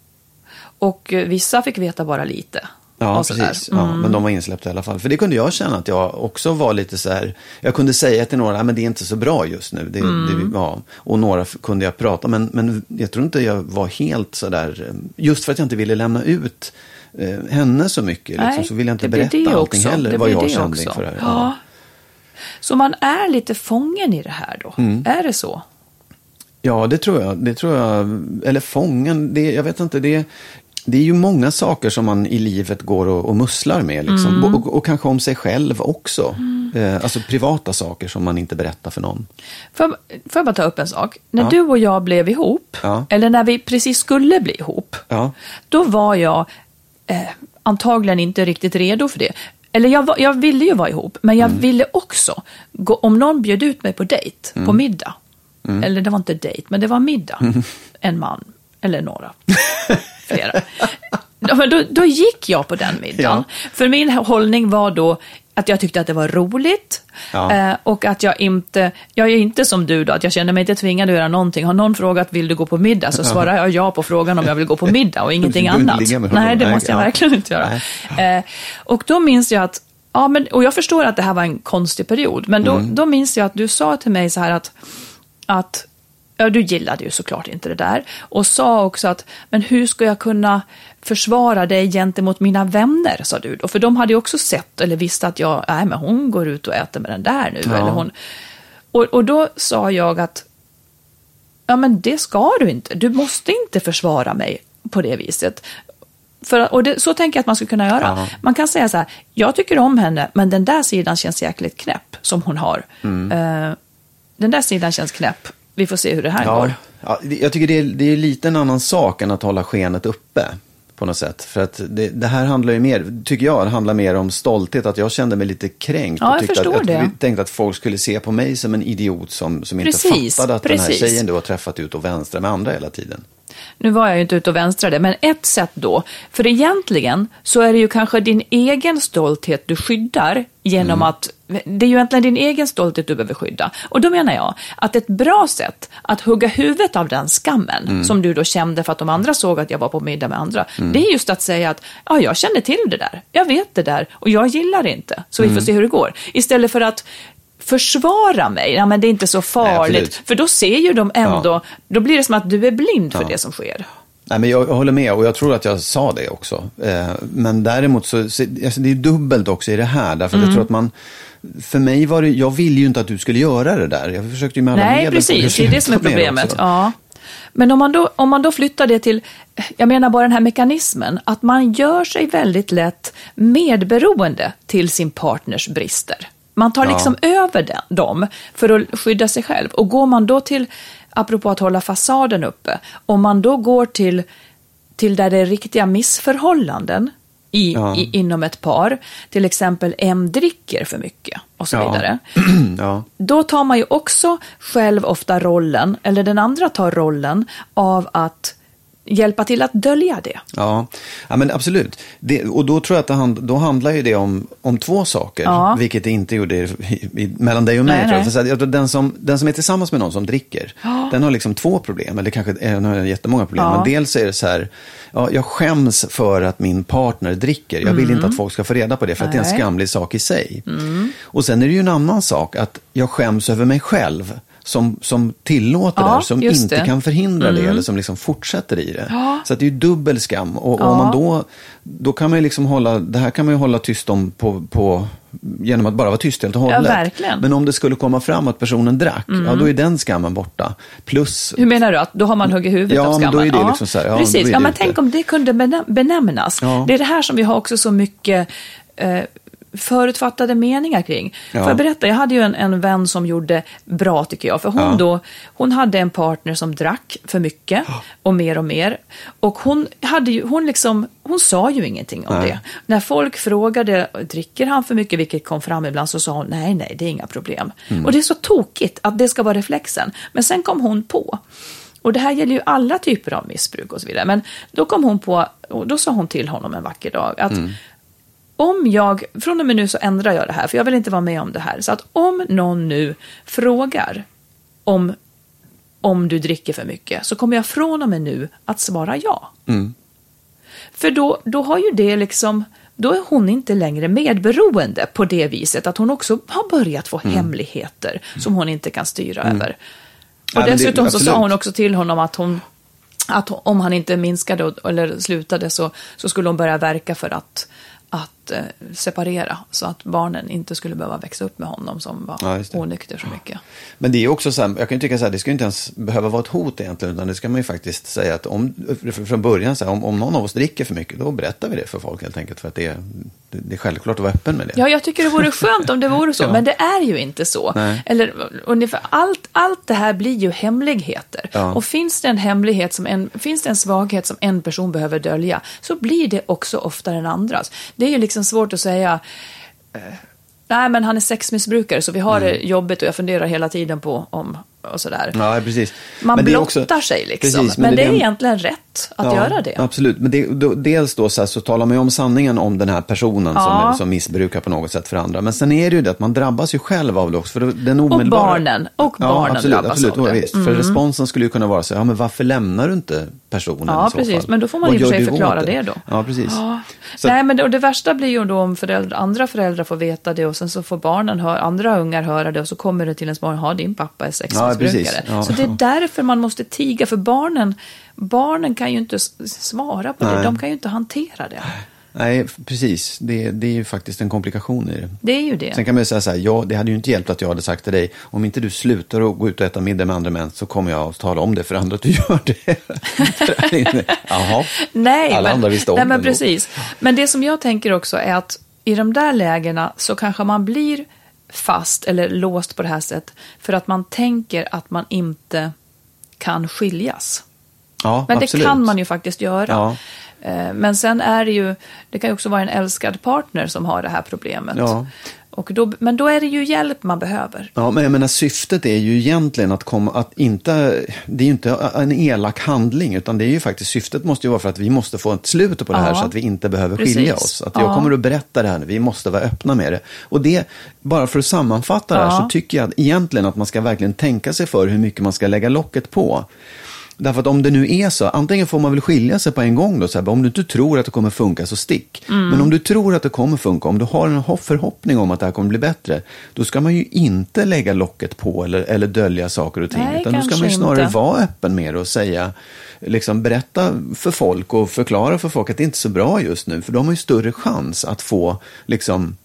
Och eh, vissa fick veta bara lite. Ja, Och sådär. precis. Ja, men de var insläppta i alla fall. För det kunde jag känna att jag också var lite så här. Jag kunde säga till några, men det är inte så bra just nu. Det, Mm. det, ja. Och några f- kunde jag prata. Men, men jag tror inte jag var helt så där. Just för att jag inte ville lämna ut eh, henne så mycket. Liksom, Nej, så ville jag inte det blir berätta det allting också. heller. Det Vad blir jag det kände också. inför det här. Ja. Så man är lite fången i det här då? Mm. Är det så? Ja, det tror jag. Det tror jag. Eller fången. Det, jag vet inte. Det, det är ju många saker som man i livet går och, och musslar med. Liksom. Mm. Och, och kanske om sig själv också. Mm. Eh, alltså privata saker som man inte berättar för någon. Får jag, får jag bara ta upp en sak? När Ja. du och jag blev ihop, Ja. eller när vi precis skulle bli ihop, Ja. då var jag eh, antagligen inte riktigt redo för det. Eller jag, var, jag ville ju vara ihop, men jag Mm. ville också, gå, om någon bjöd ut mig på dejt, Mm. på middag, eller det var inte dejt, men det var middag, en man, eller några, flera. Ja, men då, då gick jag på den middagen. Ja. För min hållning var då att jag tyckte att det var roligt. Ja. Eh, och att jag inte, jag är inte som du då, att jag känner mig inte tvingad att göra någonting. Har någon frågat, vill du gå på middag? Så svarar jag ja på frågan om jag vill gå på middag och ingenting Du behöver inte annat. ligga med honom. Nej, det Nej, måste jag ja. verkligen inte göra. Eh, och då minns jag att, ja, men, och jag förstår att det här var en konstig period, men då, Mm. då minns jag att du sa till mig så här att, att ja, du gillade ju såklart inte det där. Och sa också att, men hur ska jag kunna försvara dig gentemot mina vänner, sa du då. För de hade ju också sett eller visste att jag, nej men hon går ut och äter med den där nu. Ja. Eller hon, och, och då sa jag att, ja men det ska du inte. Du måste inte försvara mig på det viset. För, och det, så tänker jag att man ska kunna göra. Ja. Man kan säga så här, jag tycker om henne, men den där sidan känns jäkligt knäpp som hon har. Mm. Uh, den där sidan känns knäpp. Vi får se hur det här Ja, går. ja, det- jag tycker det är, det är lite en annan sak än att hålla skenet uppe på något sätt. För att det, det här handlar ju mer, tycker jag, det handlar mer om stolthet. Att jag kände mig lite kränkt. Ja, jag och tyckte förstår att, att, det. Jag tänkte att folk skulle se på mig som en idiot som, som inte Precis, fattade att precis. den här tjejen du har träffat ut och vänstra med andra hela tiden. Nu var jag ju inte ute och vänstrade, men ett sätt då. För egentligen så är det ju kanske din egen stolthet du skyddar genom Mm. att det är ju egentligen din egen stolthet du behöver skydda. Och då menar jag att ett bra sätt att hugga huvudet av den skammen mm. som du då kände för att de andra såg att jag var på middag med andra. Mm. Det är just att säga att ja, jag känner till det där. Jag vet det där och jag gillar det inte. Så vi får mm. se hur det går. Istället för att försvara mig. Ja, men det är inte så farligt. Nej, för då ser ju de ändå, ja. Då blir det som att du är blind för ja. det som sker. Nej, men jag, jag håller med och jag tror att jag sa det också. Eh, men däremot så, så alltså det är dubbelt också i det här. Därför mm. att jag tror att man, för mig var det, jag ville ju inte att du skulle göra det där. Jag försökte ju med alla Nej, medel. precis. Det är det som är problemet. Ja. Men om man, då, om man då flyttar det till, jag menar bara den här mekanismen, att man gör sig väldigt lätt medberoende till sin partners brister. Man tar liksom ja. över den, dem för att skydda sig själv. Och går man då till, apropå att hålla fasaden uppe, om man då går till, till där det är riktiga missförhållanden i, ja. i, inom ett par, till exempel en dricker för mycket och så ja. vidare, ja. då tar man ju också själv ofta rollen, eller den andra tar rollen av att hjälpa till att dölja det. Ja, ja men absolut. Det, och då tror jag att det hand, då handlar ju det om, om två saker, ja. vilket det inte gjorde i, i, mellan dig och mig. Nej, tror jag. För jag tror den, som, den som är tillsammans med någon som dricker, ja. den har liksom två problem, eller kanske den har jättemånga problem. Ja. Men dels är det så här, ja, jag skäms för att min partner dricker. Jag vill mm. inte att folk ska få reda på det, för att Nej. det är en skamlig sak i sig. Mm. Och sen är det ju en annan sak, att jag skäms över mig själv. Som, som tillåter ja, det, som inte det. kan förhindra mm. det, eller som liksom fortsätter i det. Ja. Så att det är ju dubbel skam. Och, ja. och om man då, då kan man ju liksom hålla, det här kan man ju hålla tyst om på, på, genom att bara vara tyst helt och hållet. Ja, verkligen. Men om det skulle komma fram att personen drack, mm. ja, då är den skammen borta. Plus... Hur menar du? Att då har man huggit huvudet ja, av skammen? Då är det ja, liksom så här, ja, precis. Ja, men det tänk om det kunde benämnas. Ja. Det är det här som vi har också så mycket... Eh, förutfattade meningar kring. Ja. För jag berätta, jag hade ju en, en vän som gjorde bra, tycker jag. För hon ja. då, hon hade en partner som drack för mycket ja. och mer och mer. Och hon hade ju, hon liksom, hon sa ju ingenting om nej. det. När folk frågade, dricker han för mycket, vilket kom fram ibland, så sa hon, nej, nej, det är inga problem. Mm. Och det är så tokigt att det ska vara reflexen. Men sen kom hon på, och det här gäller ju alla typer av missbruk och så vidare. Men då kom hon på, och då sa hon till honom en vacker dag, att mm. om jag, från och med nu så ändrar jag det här, för jag vill inte vara med om det här. Så att om någon nu frågar om, om du dricker för mycket, så kommer jag från och med nu att svara ja. Mm. För då, då har ju det liksom, då är hon inte längre medberoende på det viset att hon också har börjat få mm. hemligheter som hon inte kan styra mm. över. Och ja, dessutom det, så sa hon också till honom att hon, att om han inte minskade eller slutade, så, så skulle hon börja verka för att att eh, separera, så att barnen inte skulle behöva växa upp med honom som var ja, onykter så mycket. Men det är också så här, jag kan ju tycka så här, det ska inte ens behöva vara ett hot egentligen, utan det ska man ju faktiskt säga att om, från början så här, om, om någon av oss dricker för mycket, då berättar vi det för folk helt enkelt, för att det är, det är självklart att vara öppen med det. Ja, jag tycker det vore skönt om det vore så, ja. men det är ju inte så. Nej. Eller ungefär allt, allt det här blir ju hemligheter. Ja. Och finns det en hemlighet som en, finns det en svaghet som en person behöver dölja, så blir det också ofta den andras. Det är ju liksom svårt att säga eh, nej, men han är sexmissbrukare, så vi har mm. det jobbigt och jag funderar hela tiden på om och sådär. Ja, precis. Man men blottar också, sig liksom. Precis, men, men det, det är egentligen rätt att ja, göra det. Absolut. Men det, då, dels då så, här, så talar man ju om sanningen om den här personen ja. som, som missbrukar på något sätt för andra. Men sen är det ju det att man drabbas ju själv av det också. För den omedelbara... Och barnen. Och barnen ja, absolut, drabbas absolut, av det. Visst. Mm. För responsen skulle ju kunna vara så, ja men varför lämnar du inte personen ja, i så precis. fall? Men då får man ju för sig förklara det? det då. Ja, precis. Ja. Så... Nej, men det, och det värsta blir ju då om föräldrar, andra föräldrar får veta det, och sen så får barnen hör, andra ungar höra det, och så kommer det till ens barn, ha din pappa är sexmissbrukare. Ja, så det är därför man måste tiga, för barnen, barnen kan ju inte svara på det. Nej. De kan ju inte hantera det. Nej, precis. Det, det är ju faktiskt en komplikation i det. Det är ju det. Sen kan man ju säga så här, ja, det hade ju inte hjälpt att jag hade sagt till dig, om inte du slutar att gå ut och äta middag med andra män, så kommer jag att tala om det för andra att du gör det. Jaha, nej, alla men, andra visste om nej, men det. Precis. Men det som jag tänker också är att i de där lägena så kanske man blir fast eller låst på det här sättet för att man tänker att man inte kan skiljas. Ja, men absolut. Det kan man ju faktiskt göra. Ja. Men sen är det ju, det kan ju också vara en älskad partner som har det här problemet. Ja. Och då, men då är det ju hjälp man behöver. Ja, men jag menar, syftet är ju egentligen att komma, att inte, det är ju inte en elak handling, utan det är ju faktiskt, syftet måste ju vara för att vi måste få ett slut på det här, ja, så att vi inte behöver precis. skilja oss. Att jag ja. kommer att berätta det här nu, vi måste vara öppna med det. Och det, bara för att sammanfatta det här, ja. så tycker jag att egentligen att man ska verkligen tänka sig för hur mycket man ska lägga locket på. Därför att om det nu är så, antingen får man väl skilja sig på en gång då, så här, om du inte tror att det kommer funka så stick. Mm. Men om du tror att det kommer funka, om du har en förhoppning om att det här kommer bli bättre, då ska man ju inte lägga locket på eller, eller dölja saker och ting. Nej, utan då ska man ju snarare inte. vara öppen med det och säga, liksom berätta för folk och förklara för folk att det inte är så bra just nu. För de har ju större chans att få liksom...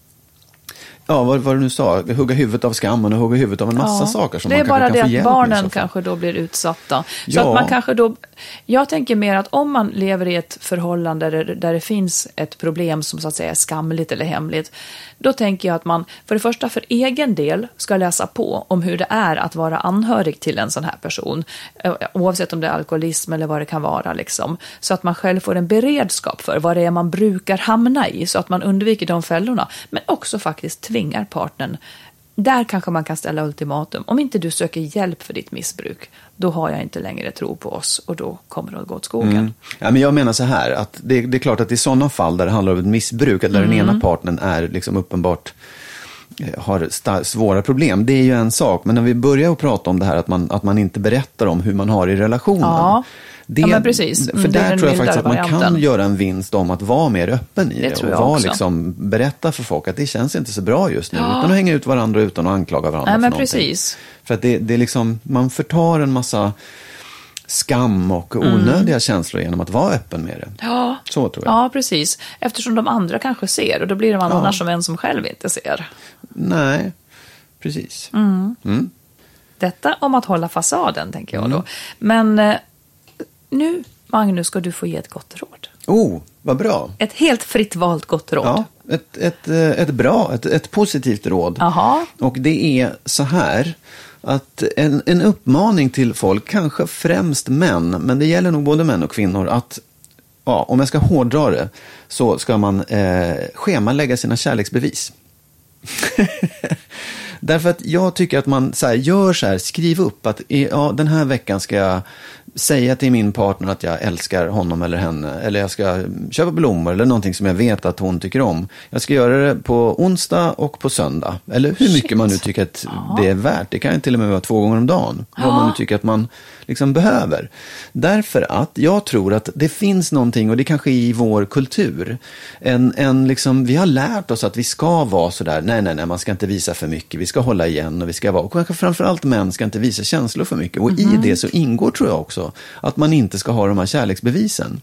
Ja, vad, vad du nu sa, hugga huvudet av skammen och hugga huvudet av en massa ja, saker som man kanske kan få hjälp med. Det är bara det att barnen kanske då blir utsatta. Så ja. att man kanske då, jag tänker mer att om man lever i ett förhållande där, där det finns ett problem som så att säga är skamligt eller hemligt, då tänker jag att man för det första för egen del ska läsa på om hur det är att vara anhörig till en sån här person, oavsett om det är alkoholism eller vad det kan vara liksom, så att man själv får en beredskap för vad det är man brukar hamna i, så att man undviker de fällorna, men också faktiskt tvingar partnern. Där kanske man kan ställa ultimatum. Om inte du söker hjälp för ditt missbruk, då har jag inte längre tro på oss och då kommer det att gå åt skogen. Mm. Ja, men jag menar så här, att det, det är klart att i sådana fall där det handlar om ett missbruk, där mm. den ena partnern är liksom uppenbart har sta- svåra problem, det är ju en sak. Men när vi börjar att prata om det här att man, att man inte berättar om hur man har i relationen. Ja. Det, ja, men precis. För där tror jag faktiskt att man varianten. kan göra en vinst om att vara mer öppen i det. det och vara liksom, berätta för folk att det känns inte så bra just nu. Ja. Utan att hänga ut varandra, utan att anklaga varandra. Nej, men för precis. För att det, det är liksom, man förtar en massa skam och onödiga mm. känslor genom att vara öppen med det. Ja. Så tror jag. Ja, precis. Eftersom de andra kanske ser, och då blir det man ja. annars som en som själv inte ser. Nej, precis. Mm. Mm. Detta om att hålla fasaden, tänker jag mm. då. Men eh, nu, Magnus, ska du få ge ett gott råd. Oh, vad bra. Ett helt fritt valt gott råd. Ja, ett, ett, ett bra, ett, ett positivt råd. Aha. Och det är så här, att en, en uppmaning till folk, kanske främst män, men det gäller nog både män och kvinnor, att ja, om jag ska hårdra det, så ska man eh, schemalägga sina kärleksbevis. Därför att jag tycker att man så här, gör så här, skriv upp att ja, den här veckan ska jag säga till min partner att jag älskar honom eller henne, eller jag ska köpa blommor eller någonting som jag vet att hon tycker om. Jag ska göra det på onsdag och på söndag, eller hur mycket Shit. man nu tycker att ja. det är värt. Det kan ju till och med vara två gånger om dagen, ja. vad man nu tycker att man liksom behöver. Därför att jag tror att det finns någonting, och det kanske är i vår kultur, en, en liksom, vi har lärt oss att vi ska vara så där, nej nej nej, man ska inte visa för mycket, vi ska hålla igen och vi ska vara, och kanske framförallt män ska inte visa känslor för mycket, och mm-hmm. i det så ingår, tror jag också, att man inte ska ha de här kärleksbevisen.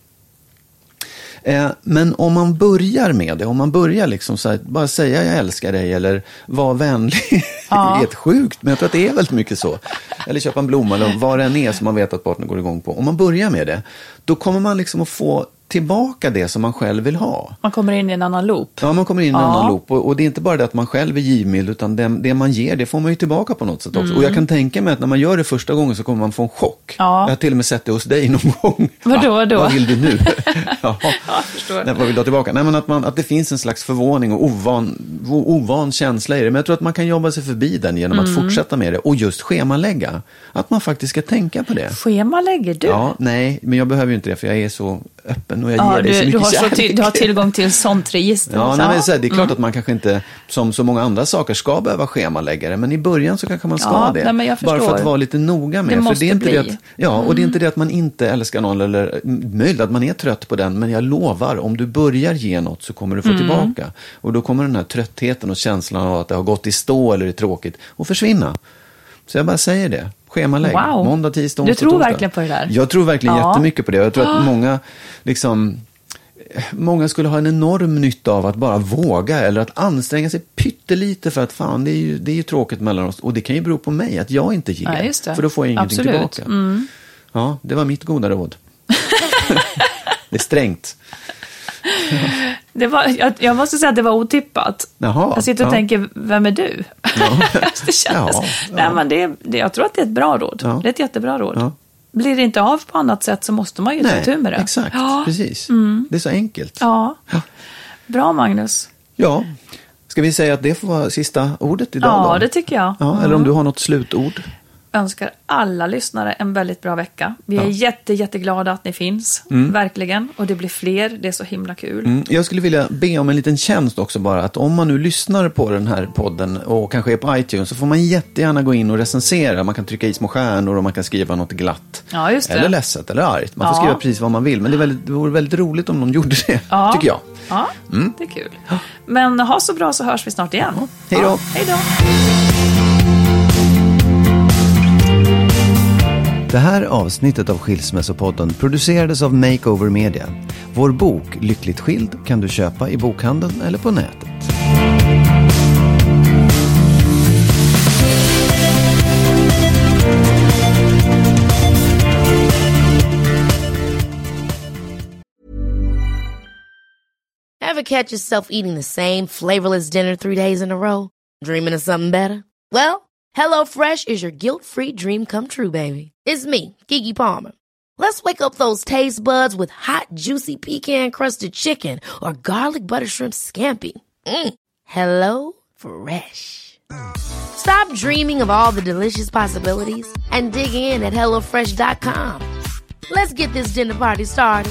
Eh, men om man börjar med det, om man börjar liksom så här, bara säga jag älskar dig eller vara vänlig, ja. det är ett sjukt, men jag tror att det är väldigt mycket så. Eller köpa en blomma eller vad det än är som man vet att partnern går igång på. Om man börjar med det, då kommer man liksom att få tillbaka det som man själv vill ha. Man kommer in i en annan loop. Ja, man kommer in i en ja. annan loop. Och, och det är inte bara det att man själv är givmild, utan det, det man ger, det får man ju tillbaka på något sätt också. Mm. Och jag kan tänka mig att när man gör det första gången så kommer man få en chock. Ja. Jag har till och med sett det hos dig någon gång. Vadå, vadå? Vad vill du nu? ja, ja, förstår. Nej, vad vill du ha tillbaka? Nej, men att, man, att det finns en slags förvåning och ovan, ovan känsla i det. Men jag tror att man kan jobba sig förbi den genom mm. att fortsätta med det. Och just schemalägga. Att man faktiskt ska tänka på det. Schemalägger du? Ja, nej, men jag behöver ju inte det, för jag är så öppen och jag ja, ger dig du, så mycket du har, kärlek. så till, du har tillgång till sånt register. Ja, så. nej, men så här, det är klart mm. att man kanske inte, som så många andra saker, ska behöva schemalägga, men i början så kanske man ska ja, det. Nej, men jag bara för att vara lite noga med. Det för måste det är inte bli. Det att, ja, och det är inte det att man inte älskar någon, eller möjligt att man är trött på den, men jag lovar, om du börjar ge något så kommer du få mm. tillbaka. Och då kommer den här tröttheten och känslan av att det har gått i stå eller är tråkigt att försvinna. Så jag bara säger det. Schemalägg. Wow. Måndag, tisdag, onsdag, du tror torsdag. verkligen på det där? Jag tror verkligen ja. jättemycket på det. Jag tror att många liksom... Många skulle ha en enorm nytta av att bara våga eller att anstränga sig pyttelite, för att fan, det är ju, det är ju tråkigt mellan oss. Och det kan ju bero på mig att jag inte ger. Ja, just det. För då får jag ingenting Absolut. tillbaka. Mm. Ja, det var mitt goda råd. Det är strängt. Det var, jag, jag måste säga att det var otippat. Jaha, jag sitter och ja. tänker, vem är du? Ja. det kändes. Ja, ja. Nej, men det, det, jag tror att det är ett bra råd. Ja. Det är ett jättebra råd. Ja. Blir det inte av på annat sätt så måste man ju ta tur med det. Exakt, ja. precis. Mm. Det är så enkelt. Ja. Ja. Bra, Magnus. Ja. Ska vi säga att det får vara sista ordet idag Ja, då? det tycker jag. Ja, eller mm. om du har något slutord. Önskar alla lyssnare en väldigt bra vecka. Vi är Ja. jätte, jätteglada att ni finns. Mm. Verkligen. Och det blir fler. Det är så himla kul. Mm. Jag skulle vilja be om en liten tjänst också bara. Att om man nu lyssnar på den här podden och kanske är på iTunes så får man jättegärna gå in och recensera. Man kan trycka i små stjärnor och man kan skriva något glatt. Ja, just det. Eller ledset eller argt. Man får ja. skriva precis vad man vill. Men det, är väldigt, det vore väldigt roligt om någon gjorde det, ja. tycker jag. Ja, mm. det är kul. Men ha så bra så hörs vi snart igen. Ja. Hej då. Ja. Hej då. Det här avsnittet av Skilsmässopodden producerades av Makeover Media. Vår bok Lyckligt skild kan du köpa i bokhandeln eller på nätet. Ever catch yourself eating the same flavorless dinner three days in a row? Dreaming of something better? Well, HelloFresh is your guilt-free dream come true, baby. It's me, Keke Palmer. Let's wake up those taste buds with hot, juicy pecan-crusted chicken or garlic butter shrimp scampi. Mm. Hello Fresh. Stop dreaming of all the delicious possibilities and dig in at hello fresh dot com. Let's get this dinner party started.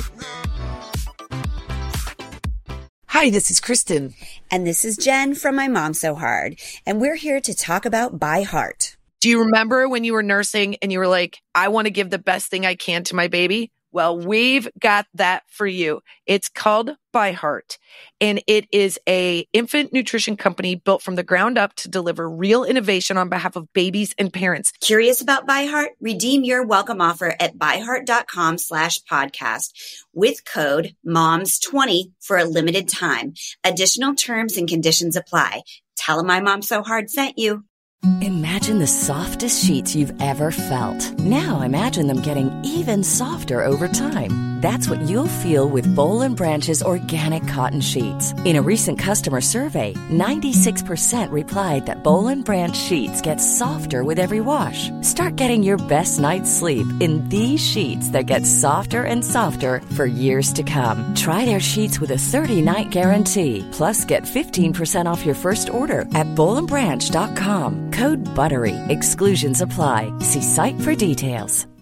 Hi, this is Kristen. And this is Jen from My Mom So Hard. And we're here to talk about By Heart. Do you remember when you were nursing and you were like, I want to give the best thing I can to my baby? Well, we've got that for you. It's called By Heart, and it is a infant nutrition company built from the ground up to deliver real innovation on behalf of babies and parents. Curious about By Heart? Redeem your welcome offer at byheart.com slash podcast with code moms twenty for a limited time. Additional terms and conditions apply. Tell them My Mom So Hard sent you. Imagine the softest sheets you've ever felt. Now imagine them getting even softer over time. That's what you'll feel with Boll and Branch's organic cotton sheets. In a recent customer survey, ninety-six percent replied that Boll and Branch sheets get softer with every wash. Start getting your best night's sleep in these sheets that get softer and softer for years to come. Try their sheets with a thirty-night guarantee. Plus, get fifteen percent off your first order at boll and branch dot com. Code BUTTERY. Exclusions apply. See site for details.